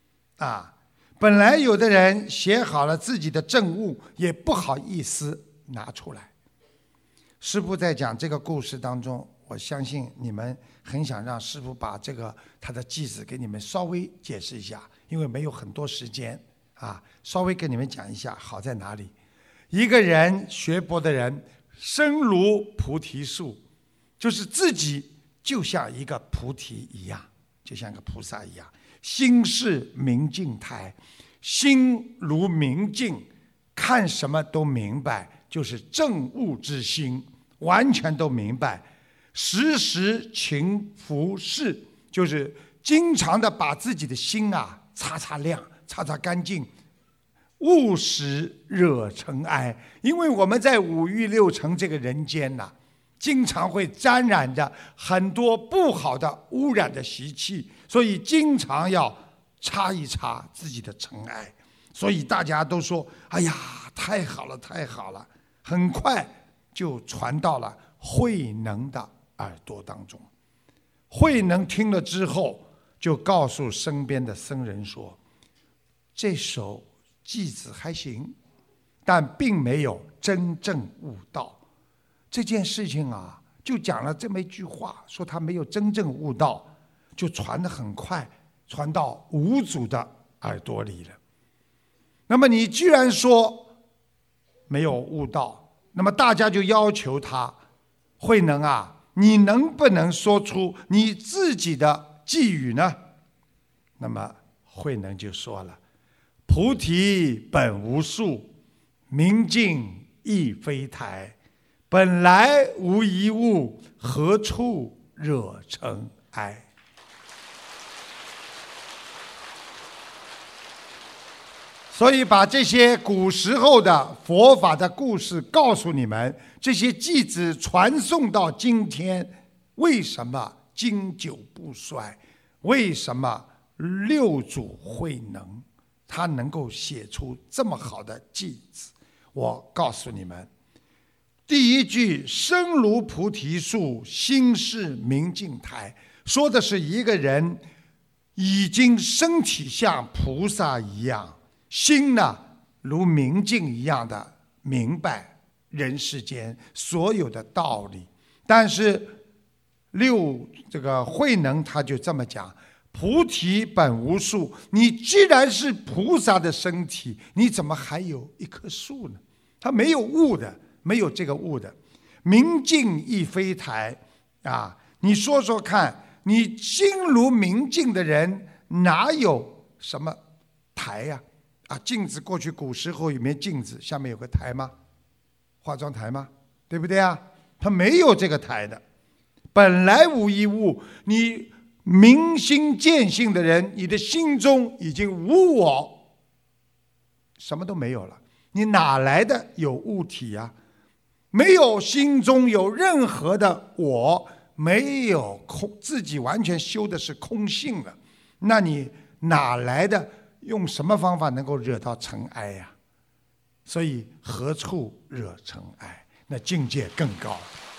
D: 本来有的人写好了自己的证物，也不好意思拿出来。师父在讲这个故事当中，我相信你们很想让师父把这个他的偈子给你们稍微解释一下，因为没有很多时间稍微跟你们讲一下好在哪里。一个人学佛的人身如菩提树，就是自己就像一个菩提一样，就像一个菩萨一样，心是明镜台，心如明镜，看什么都明白，就是正悟之心，完全都明白。时时勤拂拭，就是经常的把自己的心擦擦亮，擦擦干净。勿使惹尘埃，因为我们在五欲六尘这个人间经常会沾染着很多不好的污染的习气，所以经常要擦一擦自己的尘埃。所以大家都说，哎呀，太好了太好了，很快就传到了慧能的耳朵当中。慧能听了之后，就告诉身边的僧人说，这首偈子还行，但并没有真正悟道。这件事情就讲了这么一句话，说他没有真正悟道，就传得很快，传到五祖的耳朵里了。那么你居然说没有悟道，那么大家就要求他，慧能你能不能说出你自己的偈语呢？那么慧能就说了，菩提本无树，明镜亦非台，本来无一物，何处惹尘埃。所以把这些古时候的佛法的故事告诉你们，这些偈子传颂到今天，为什么经久不衰？为什么六祖慧能他能够写出这么好的偈子？我告诉你们，第一句身如菩提树，心是明镜台，说的是一个人已经身体像菩萨一样，心呢如明镜一样的明白人世间所有的道理。但是这个慧能他就这么讲，菩提本无树，你既然是菩萨的身体，你怎么还有一棵树呢？他没有悟的，没有这个悟的。明镜亦非台你说说看，你心如明镜的人哪有什么台呀？镜子过去古时候有没有镜子下面有个台吗？化妆台吗？对不对他没有这个台的。本来无一物，你明心见性的人，你的心中已经无我，什么都没有了，你哪来的有物体没有心中有任何的我，没有空，自己完全修的是空性了，那你哪来的用什么方法能够惹到尘埃呀？所以何处惹尘埃？那境界更高。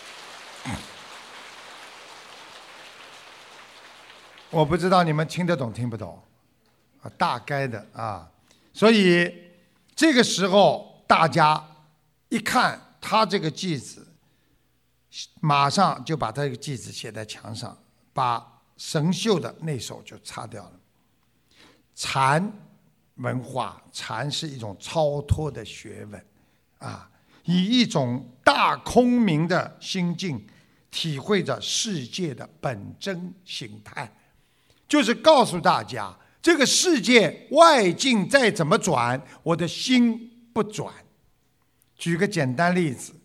D: 我不知道你们听得懂听不懂大概的所以这个时候大家一看他这个偈子，马上就把他这个偈子写在墙上，把神秀的那首就擦掉了。禅文化，禅是一种超脱的学问以一种大空明的心境体会着世界的本真形态，就是告诉大家，这个世界外境再怎么转，我的心不转。举个简单例子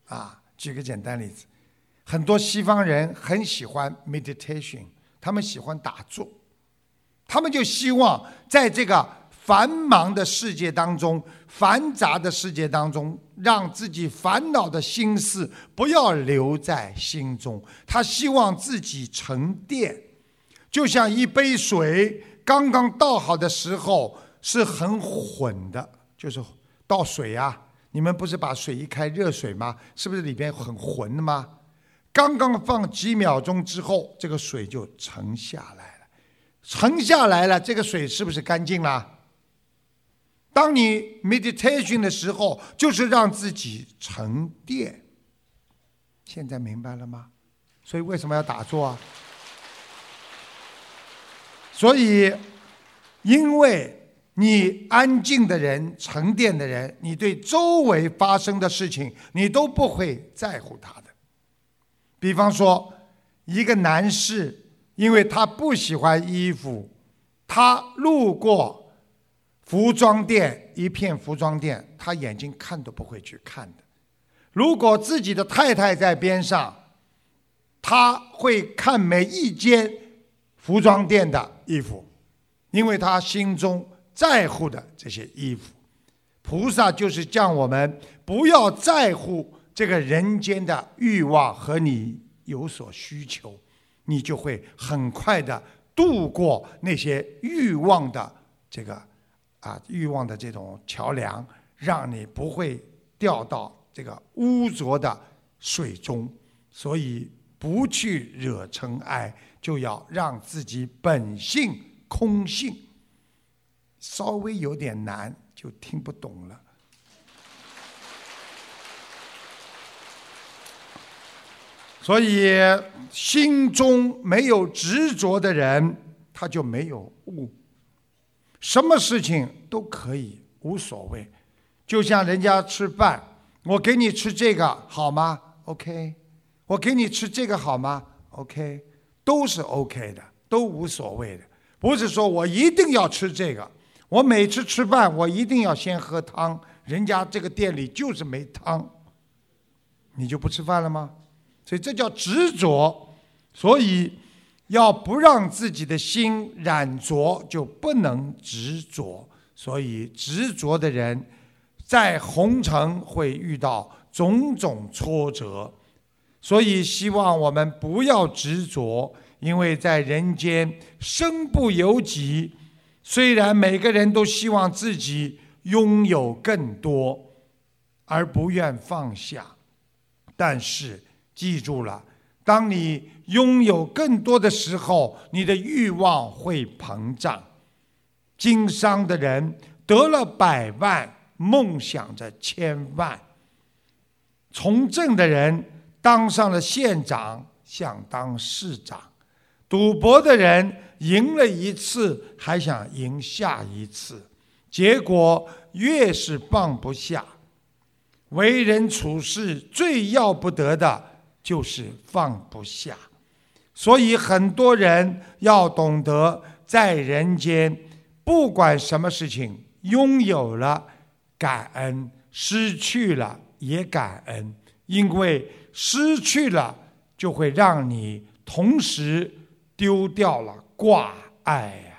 D: 很多西方人很喜欢 meditation， 他们喜欢打坐，他们就希望在这个繁忙的世界当中，繁杂的世界当中，让自己烦恼的心思不要留在心中，他希望自己沉淀，就像一杯水刚刚倒好的时候是很混的，就是倒水你们不是把水一开热水吗？是不是里边很浑的吗？刚刚放几秒钟之后，这个水就沉下来了。 沉下来了，这个水是不是干净了？当你 meditation 的时候，就是让自己沉淀。现在明白了吗？所以为什么要打坐啊？所以，因为你安静的人、沉淀的人，你对周围发生的事情，你都不会在乎它的。比方说，一个男士，因为他不喜欢衣服，他路过服装店，一片服装店，他眼睛看都不会去看的。如果自己的太太在边上，他会看每一间服装店的衣服，因为他心中在乎的这些衣服。菩萨就是叫我们不要在乎这个人间的欲望和你有所需求，你就会很快的度过那些欲望的欲望的这种桥梁，让你不会掉到这个污浊的水中。所以不去惹尘埃，就要让自己本性空性。稍微有点难就听不懂了。所以心中没有执着的人，他就没有悟，什么事情都可以，无所谓。就像人家吃饭，我给你吃这个好吗？ OK。 我给你吃这个好吗？ OK。 都是 OK 的，都无所谓的。不是说我一定要吃这个，我每次吃饭我一定要先喝汤，人家这个店里就是没汤，你就不吃饭了吗？所以这叫执着。所以要不让自己的心染着，就不能执着。所以执着的人在红尘会遇到种种挫折。所以希望我们不要执着，因为在人间身不由己，虽然每个人都希望自己拥有更多而不愿放下，但是记住了，当你拥有更多的时候，你的欲望会膨胀。经商的人得了100万，梦想着1000万；从政的人当上了县长，想当市长；赌博的人赢了一次，还想赢下一次，结果越是放不下。为人处事最要不得的就是放不下。所以很多人要懂得在人间，不管什么事情，拥有了感恩，失去了也感恩。因为失去了就会让你同时丢掉了挂碍呀。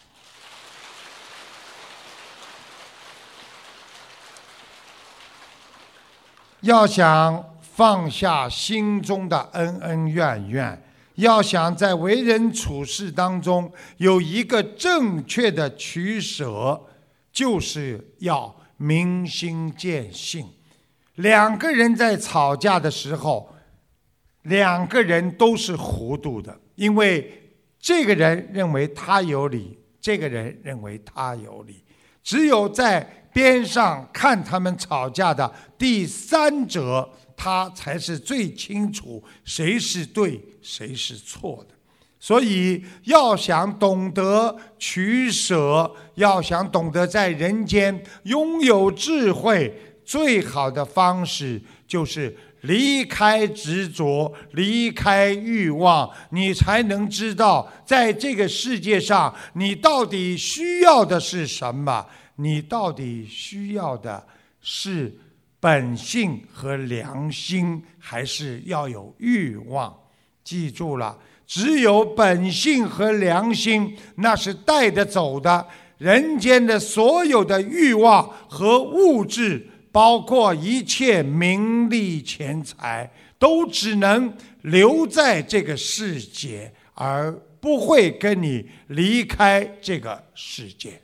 D: 要想放下心中的恩恩怨怨，要想在为人处事当中有一个正确的取舍，就是要明心见性。两个人在吵架的时候，两个人都是糊涂的，因为这个人认为他有理，这个人认为他有理。只有在边上看他们吵架的第三者，他才是最清楚谁是对谁是错的。所以要想懂得取舍，要想懂得在人间拥有智慧，最好的方式就是离开执着，离开欲望，你才能知道在这个世界上你到底需要的是什么，你到底需要的是本性和良心，还是要有欲望。记住了，只有本性和良心，那是带得走的。人间的所有的欲望和物质，包括一切名利钱财，都只能留在这个世界，而不会跟你离开这个世界。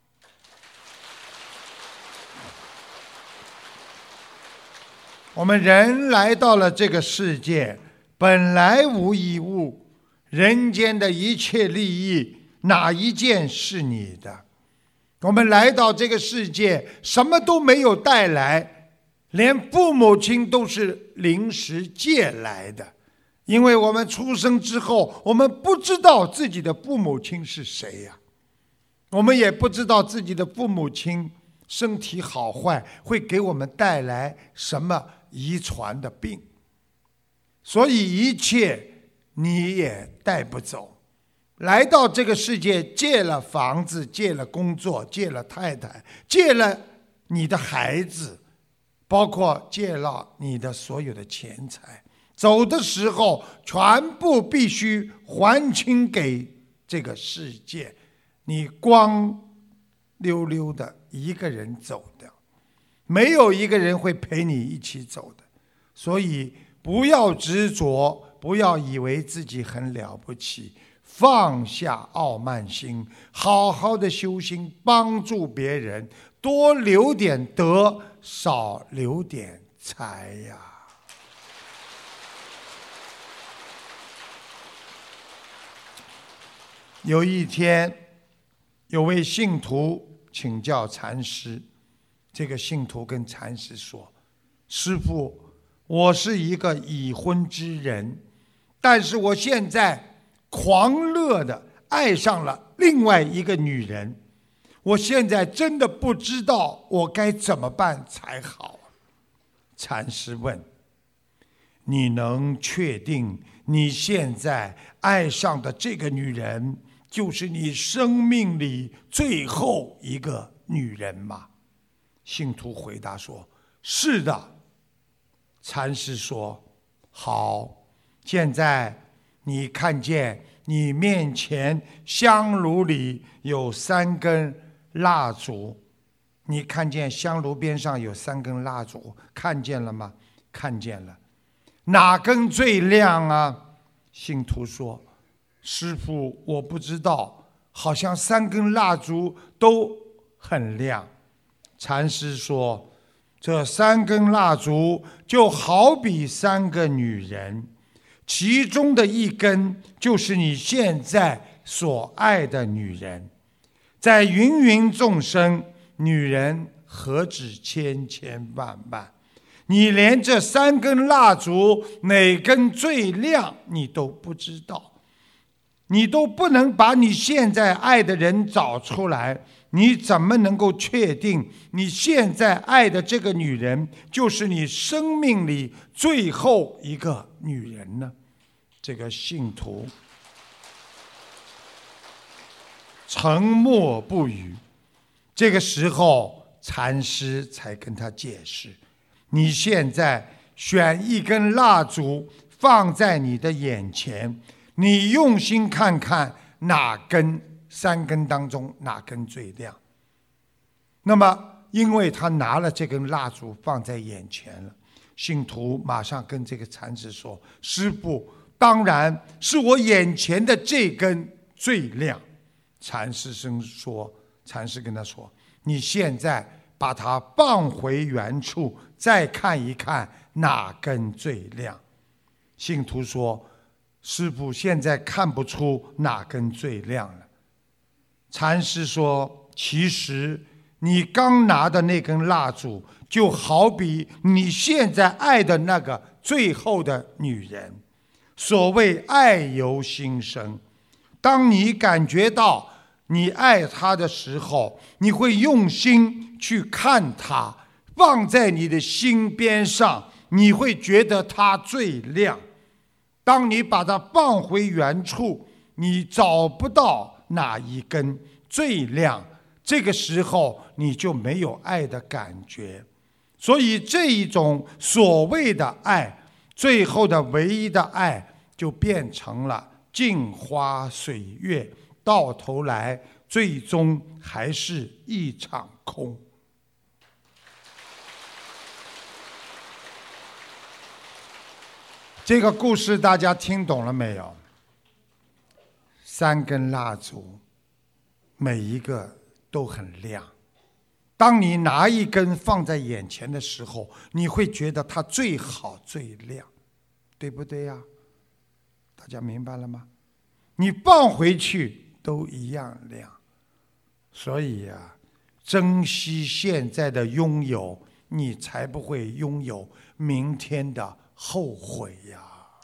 D: 我们人来到了这个世界，本来无一物，人间的一切利益哪一件是你的？我们来到这个世界，什么都没有带来，连父母亲都是临时借来的。因为我们出生之后，我们不知道自己的父母亲是谁呀，我们也不知道自己的父母亲身体好坏会给我们带来什么遗传的病，所以一切你也带不走。来到这个世界，借了房子，借了工作，借了太太，借了你的孩子，包括借了你的所有的钱财，走的时候全部必须还清给这个世界，你光溜溜的一个人走掉，没有一个人会陪你一起走的。所以不要执着，不要以为自己很了不起，放下傲慢心，好好的修心，帮助别人，多留点德，少留点财呀。有一天，有位信徒请教禅师，这个信徒跟禅师说：“师父，我是一个已婚之人，但是我现在狂热的爱上了另外一个女人，我现在真的不知道我该怎么办才好。”禅师问：“你能确定你现在爱上的这个女人就是你生命里最后一个女人吗？”信徒回答说：“是的。”禅师说：“好，现在你看见你面前香炉里有3根蜡烛，你看见香炉边上有3根蜡烛，看见了吗？看见了。哪根最亮啊？”信徒说：“师父，我不知道，好像3根蜡烛都很亮。”禅师说：“这3根蜡烛就好比3个女人，其中的一根就是你现在所爱的女人。在芸芸众生，女人何止千千万万，你连这3根蜡烛哪根最亮你都不知道，你都不能把你现在爱的人找出来，你怎么能够确定你现在爱的这个女人就是你生命里最后一个女人呢？”这个信徒沉默不语。这个时候禅师才跟他解释：“你现在选一根蜡烛放在你的眼前，你用心看看3根当中哪根最亮。”那么因为他拿了这根蜡烛放在眼前了，信徒马上跟这个禅师说：“师父，当然是我眼前的这根最亮。”禅师跟他说：“你现在把它放回原处，再看一看哪根最亮。”信徒说：“师父，现在看不出哪根最亮了。”禅师说：“其实你刚拿的那根蜡烛，就好比你现在爱的那个最后的女人。所谓爱由心生，当你感觉到你爱她的时候，你会用心去看她，放在你的心边上，你会觉得她最亮。当你把它放回原处，你找不到哪一根最亮，这个时候你就没有爱的感觉。所以这一种所谓的爱，最后的唯一的爱，就变成了镜花水月，到头来最终还是一场空。”这个故事大家听懂了没有？3根蜡烛，每一个都很亮。当你拿一根放在眼前的时候，你会觉得它最好最亮，对不对呀？大家明白了吗？你放回去， 都一样亮。所以珍惜现在的拥有，你才不会拥有明天的后悔呀。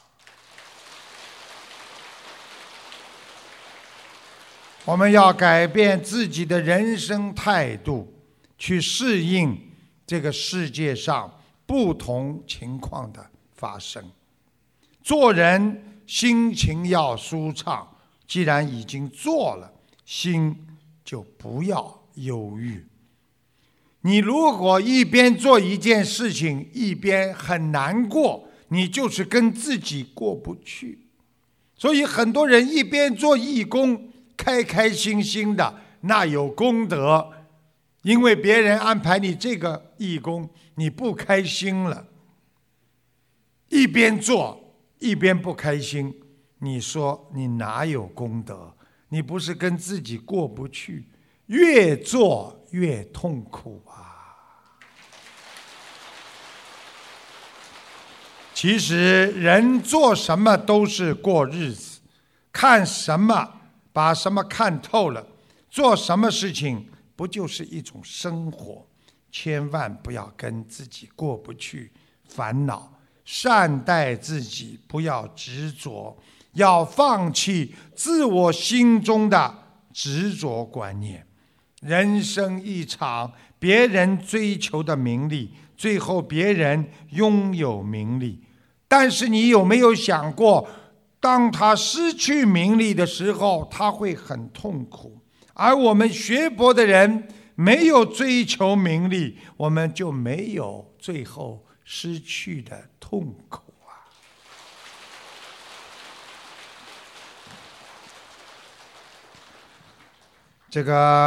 D: 我们要改变自己的人生态度，去适应这个世界上不同情况的发生。做人心情要舒畅，既然已经做了，心就不要忧郁。你如果一边做一件事情一边很难过，你就是跟自己过不去。所以很多人一边做义工开开心心的，那有功德，因为别人安排你这个义工，你不开心了，一边做一边不开心，你说你哪有功德？你不是跟自己过不去，越做越痛苦啊。其实人做什么都是过日子，看什么把什么看透了，做什么事情不就是一种生活？千万不要跟自己过不去烦恼，善待自己，不要执着，要放弃自我心中的执着观念。人生一场，别人追求的名利，最后别人拥有名利，但是你有没有想过，当他失去名利的时候，他会很痛苦。而我们学佛的人没有追求名利，我们就没有最后失去的痛苦啊。这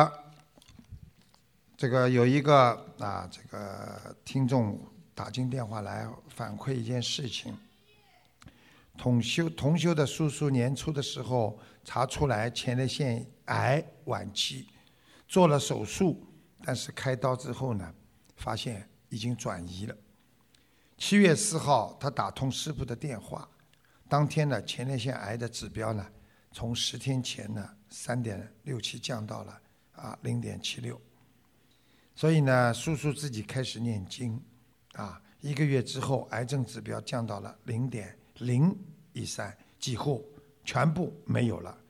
D: 个有一个这个听众打进电话来反馈一件事情。同修的叔叔年初的时候查出来前列腺癌晚期，做了手术，但是开刀之后呢，发现已经转移了。7月4号，他打通师父的电话，当天呢，前列腺癌的指标呢，从10天前呢3.67降到了0.76，所以呢，叔叔自己开始念经，1个月之后，癌症指标降到了0.013，几乎全部没有了。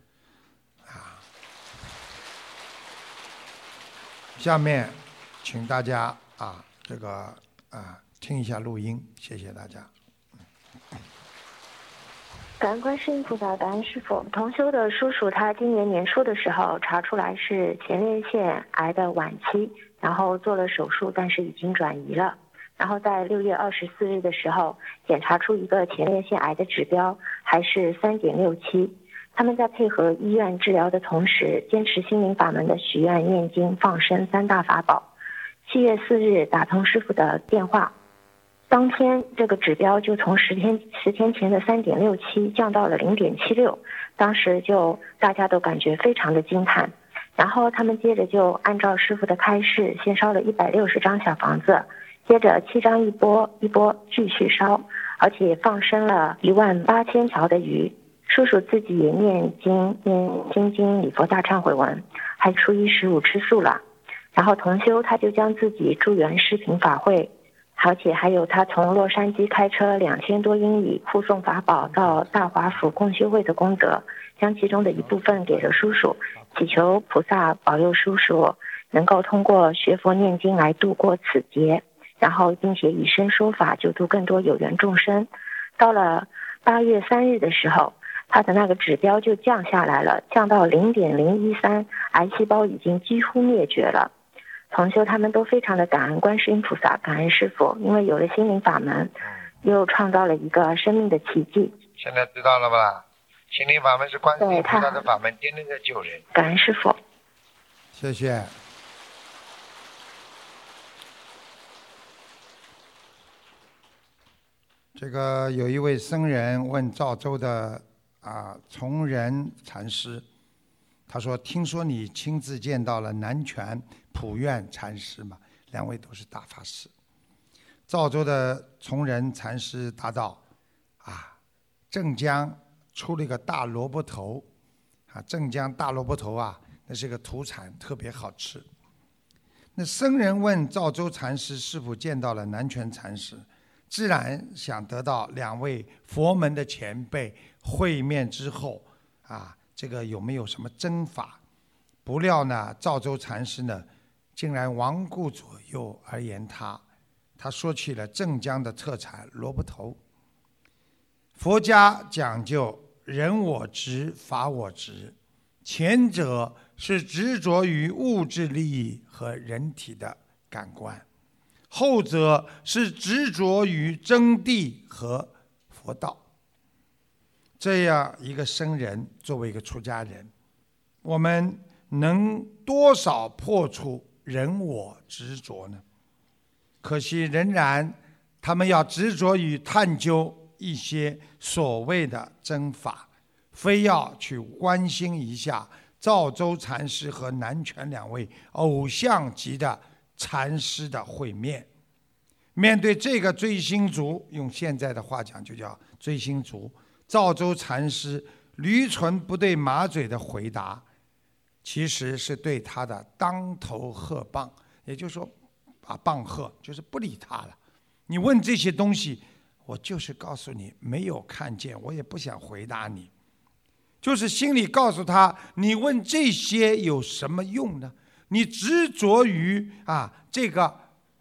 D: 下面请大家听一下录音，谢谢大家。
F: 感恩观世音菩萨，感恩师父。同修的叔叔他今年年初的时候查出来是前列腺癌的晚期，然后做了手术，但是已经转移了。然后在6月24日的时候检查出一个前列腺癌的指标还是3.67。他们在配合医院治疗的同时，坚持心灵法门的许愿、念经、放生3大法宝。7月4日打通师父的电话，当天这个指标就从10天前的3.67降到了0.76，当时就大家都感觉非常的惊叹。然后他们接着就按照师父的开示，先烧了160张小房子，接着7张一波继续烧，而且放生了18000条的鱼。叔叔自己也念经、念心经、礼佛大忏悔文，还初一十五吃素了。然后同修他就将自己助缘视频法会，而且还有他从洛杉矶开车2000多英里护送法宝到大华府共修会的功德，将其中的一部分给了叔叔，祈求菩萨保佑叔叔能够通过学佛念经来度过此劫，然后并且以身说法救度更多有缘众生。到了8月3日的时候，他的那个指标就降下来了，降到0.013，癌细胞已经几乎灭绝了。同修他们都非常的感恩观世音菩萨，感恩师父，因为有了心灵法门，又创造了一个生命的奇迹。
D: 现在知道了吧？心灵法门是观世音菩萨的法门，天天在救人。
F: 感恩师父，
D: 谢谢。这个有一位僧人问赵州的崇仁禅师，他说：“听说你亲自见到了南拳普愿禅师嘛？2位都是大法师。”赵州的崇仁禅师答道：“镇江出了一个大萝卜头， 镇江大萝卜头啊，那是个土产，特别好吃。那僧人问赵州禅师是否见到了南拳禅师，自然想得到两位佛门的前辈会面之后这个有没有什么真法？不料呢，赵州禅师呢竟然罔顾左右而言他说起了镇江的特产萝卜头。佛家讲究人我执法我执，前者是执着于物质利益和人体的感官，后者是执着于真谛和佛道。这样一个僧人作为一个出家人，我们能多少破除人我执着呢？可惜仍然他们要执着于探究一些所谓的真法，非要去关心一下赵州禅师和南拳两位偶像级的禅师的会面。面对这个追星族，用现在的话讲就叫追星族，赵州禅师驴唇不对马嘴的回答，其实是对他的当头喝棒，也就是说棒喝，就是不理他了。你问这些东西，我就是告诉你没有看见，我也不想回答你，就是心里告诉他，你问这些有什么用呢？你执着于这个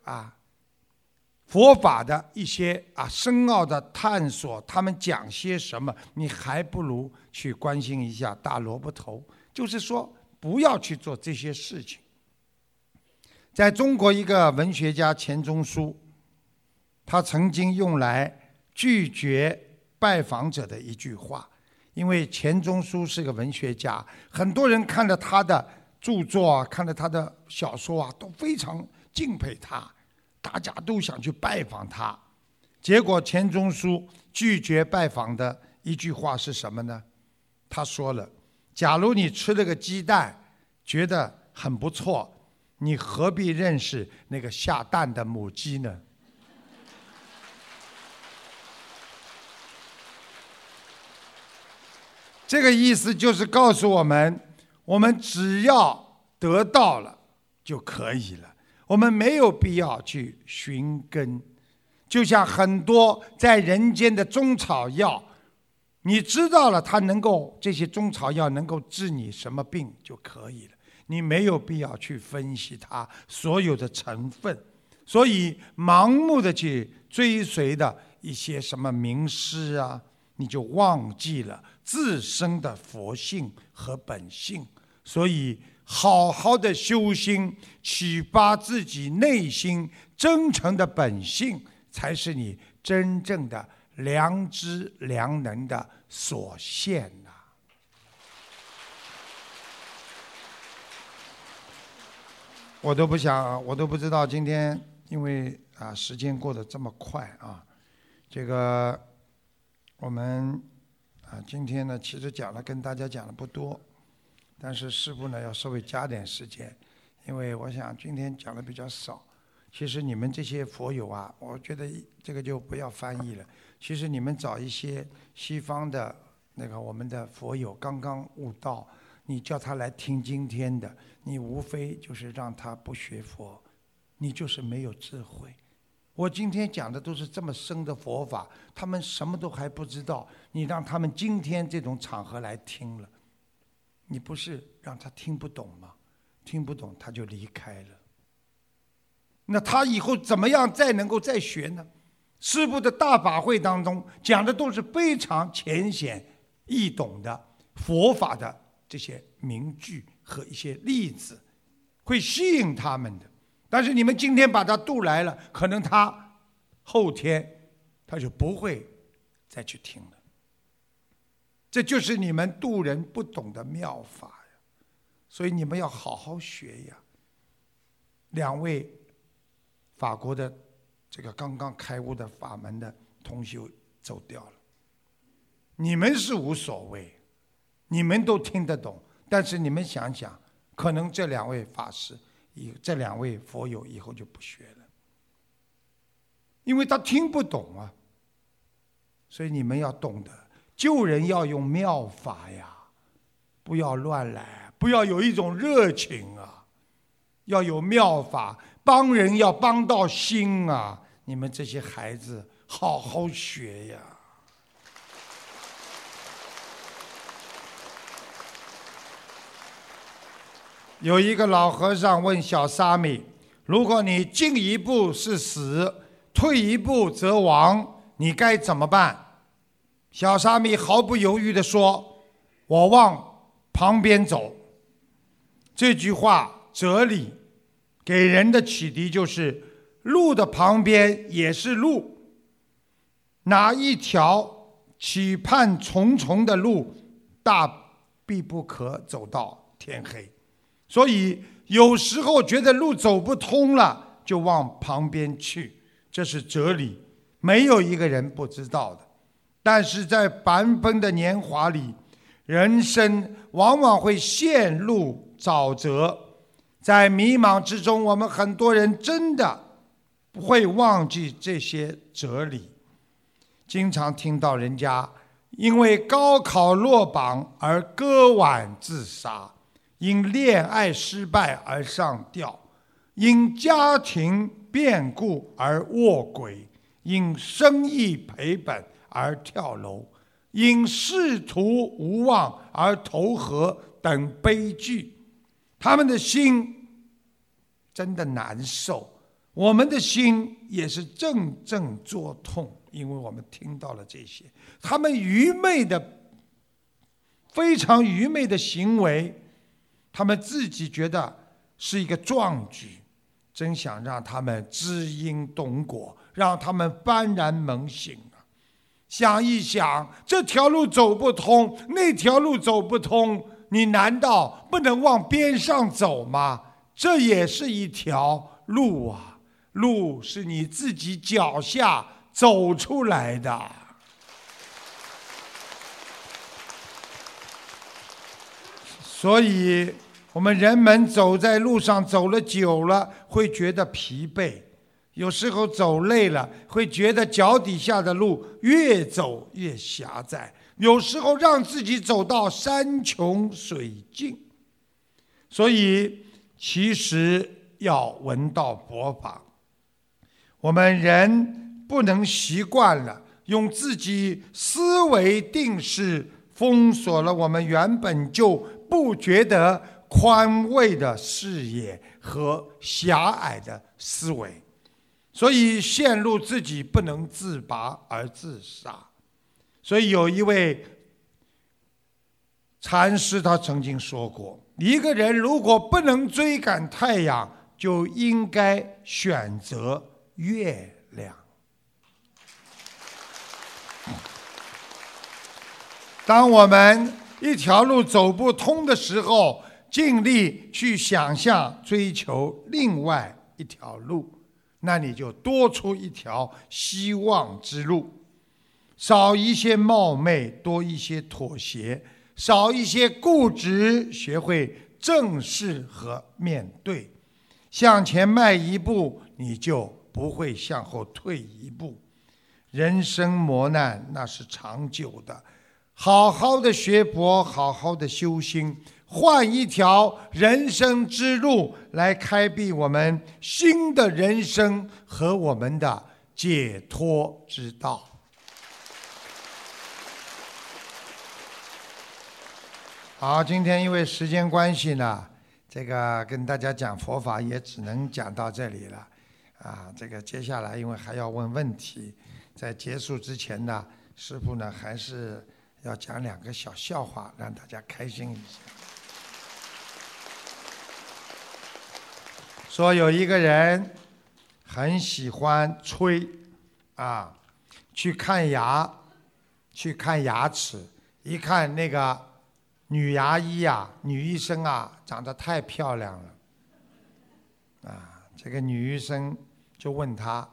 D: 佛法的一些深奥的探索，他们讲些什么，你还不如去关心一下大萝卜头。就是说不要去做这些事情。在中国一个文学家钱钟书，他曾经用来拒绝拜访者的一句话，因为钱钟书是个文学家，很多人看了他的著作看了他的小说都非常敬佩他，大家都想去拜访他。结果钱钟书拒绝拜访的一句话是什么呢？他说了，假如你吃了个鸡蛋觉得很不错，你何必认识那个下蛋的母鸡呢？这个意思就是告诉我们，我们只要得到了就可以了，我们没有必要去寻根。就像很多在人间的中草药，你知道了它能够，这些中草药能够治你什么病就可以了，你没有必要去分析它所有的成分。所以盲目的去追随的一些什么名师你就忘记了自身的佛性和本性。所以好好的修心，启发自己内心真诚的本性，才是你真正的良知良能的所现我都不知道今天，因为时间过得这么快这个我们今天呢其实跟大家讲的不多，但是师父呢要稍微加点时间，因为我想今天讲的比较少。其实你们这些佛友我觉得这个就不要翻译了。其实你们找一些西方的我们的佛友刚刚悟道，你叫他来听今天的，你无非就是让他不学佛，你就是没有智慧。我今天讲的都是这么深的佛法，他们什么都还不知道，你让他们今天这种场合来听了，你不是让他听不懂吗？听不懂他就离开了，那他以后怎么样能够再学呢？师父的大法会当中讲的都是非常浅显易懂的佛法的这些名句和一些例子，会吸引他们的。但是你们今天把他渡来了，可能他后天他就不会再去听了。这就是你们渡人不懂的妙法呀，所以你们要好好学呀。两位法国的这个刚刚开悟的法门的同修走掉了，你们是无所谓，你们都听得懂，但是你们想想，可能这两位法师这两位佛友以后就不学了，因为他听不懂所以你们要懂得救人要用妙法呀， 不要乱来，不要有一种热情啊，要有妙法，帮人要帮到心啊！你们这些孩子，好好学呀！有一个老和尚问小沙弥：如果你进一步是死，退一步则亡，你该怎么办？小沙弥毫不犹豫地说：我往旁边走。这句话哲理给人的启迪就是，路的旁边也是路，哪一条期盼重重的路，大必不可走到天黑。所以有时候觉得路走不通了，就往旁边去，这是哲理，没有一个人不知道的。但是在斑驳的年华里，人生往往会陷入沼泽，在迷茫之中，我们很多人真的不会忘记这些哲理。经常听到人家因为高考落榜而割腕自杀，因恋爱失败而上吊，因家庭变故而卧轨，因生意赔本而跳楼，因仕途无望而投河等悲剧。他们的心真的难受，我们的心也是阵阵作痛，因为我们听到了这些他们非常愚昧的行为，他们自己觉得是一个壮举，真想让他们知因懂果，让他们幡然猛醒啊！想一想，这条路走不通，那条路走不通，你难道不能往边上走吗？这也是一条路啊，路是你自己脚下走出来的。所以我们人们走在路上走了久了，会觉得疲惫，有时候走累了，会觉得脚底下的路越走越狭窄，有时候让自己走到山穷水尽。所以其实要闻道佛法，我们人不能习惯了用自己思维定式封锁了我们原本就不觉得宽慰的视野和狭隘的思维，所以陷入自己不能自拔而自杀。所以有一位禅师他曾经说过，一个人如果不能追赶太阳，就应该选择月亮。当我们一条路走不通的时候，尽力去想象追求另外一条路，那你就多出一条希望之路，少一些冒昧，多一些妥协，少一些固执，学会正视和面对，向前迈一步，你就不会向后退一步。人生磨难那是长久的，好好的学佛，好好的修心，换一条人生之路来开辟我们新的人生和我们的解脱之道。好，今天因为时间关系呢，这个跟大家讲佛法也只能讲到这里了。这个接下来因为还要问问题，在结束之前呢，师父呢还是要讲2个小笑话，让大家开心一下。说有一个人很喜欢吹去看牙齿，一看那个女牙医女医生长得太漂亮了这个女医生就问他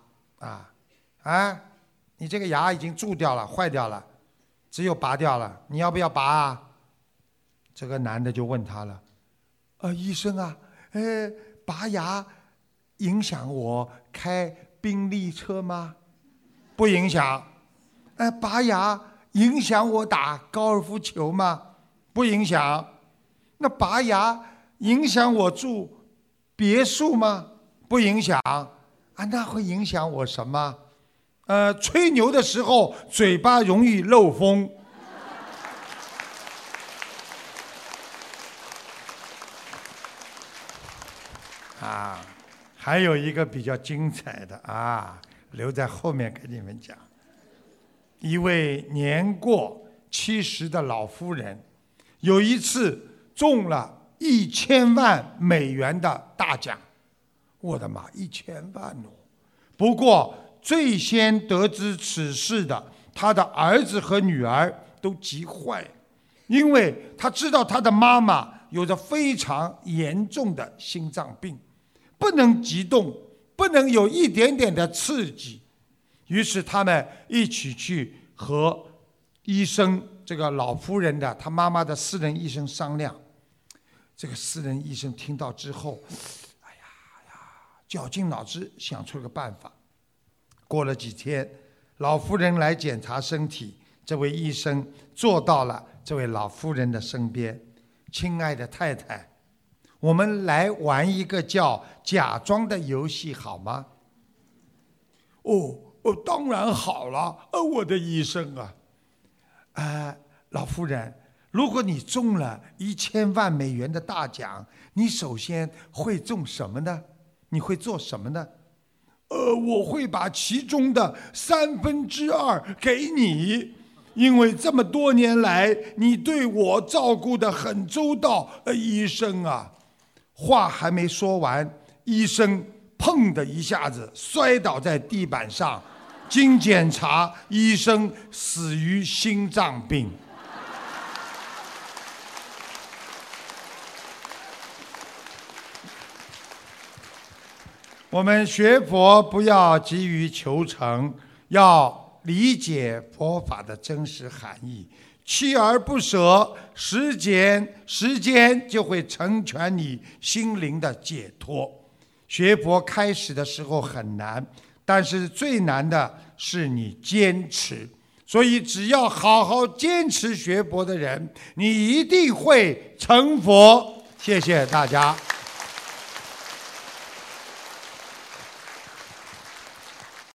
D: 你这个牙已经蛀掉了，坏掉了，只有拔掉了，你要不要拔这个男的就问他了，医生拔牙影响我开宾利车吗？不影响。拔牙影响我打高尔夫球吗？不影响。 那拔牙影响我住别墅吗？不影响啊。那会影响我什么？吹牛的时候嘴巴容易漏风。还有一个比较精彩的留在后面给你们讲。一位年过70的老夫人，有一次中了1000万美元的大奖。我的妈，1000万哦！不过最先得知此事的，他的儿子和女儿都急坏，因为他知道他的妈妈有着非常严重的心脏病，不能激动，不能有一点点的刺激。于是他们一起去和医生，这个老夫人的他妈妈的私人医生商量。这个私人医生听到之后，绞尽脑汁想出了个办法。过了几天，老夫人来检查身体，这位医生坐到了这位老夫人的身边。亲爱的太太，我们来玩一个叫假装的游戏好吗？当然好了，我的医生老夫人，如果你中了1000万美元的大奖，你首先会中什么呢？你会做什么呢？我会把其中的2/3给你，因为这么多年来你对我照顾得很周到，医生啊。话还没说完，医生砰的一下子摔倒在地板上，经检查，医生死于心脏病。我们学佛不要急于求成，要理解佛法的真实含义，锲而不舍，时间就会成全你心灵的解脱。学佛开始的时候很难，但是最难的是你坚持。所以只要好好坚持学佛的人，你一定会成佛。谢谢大家。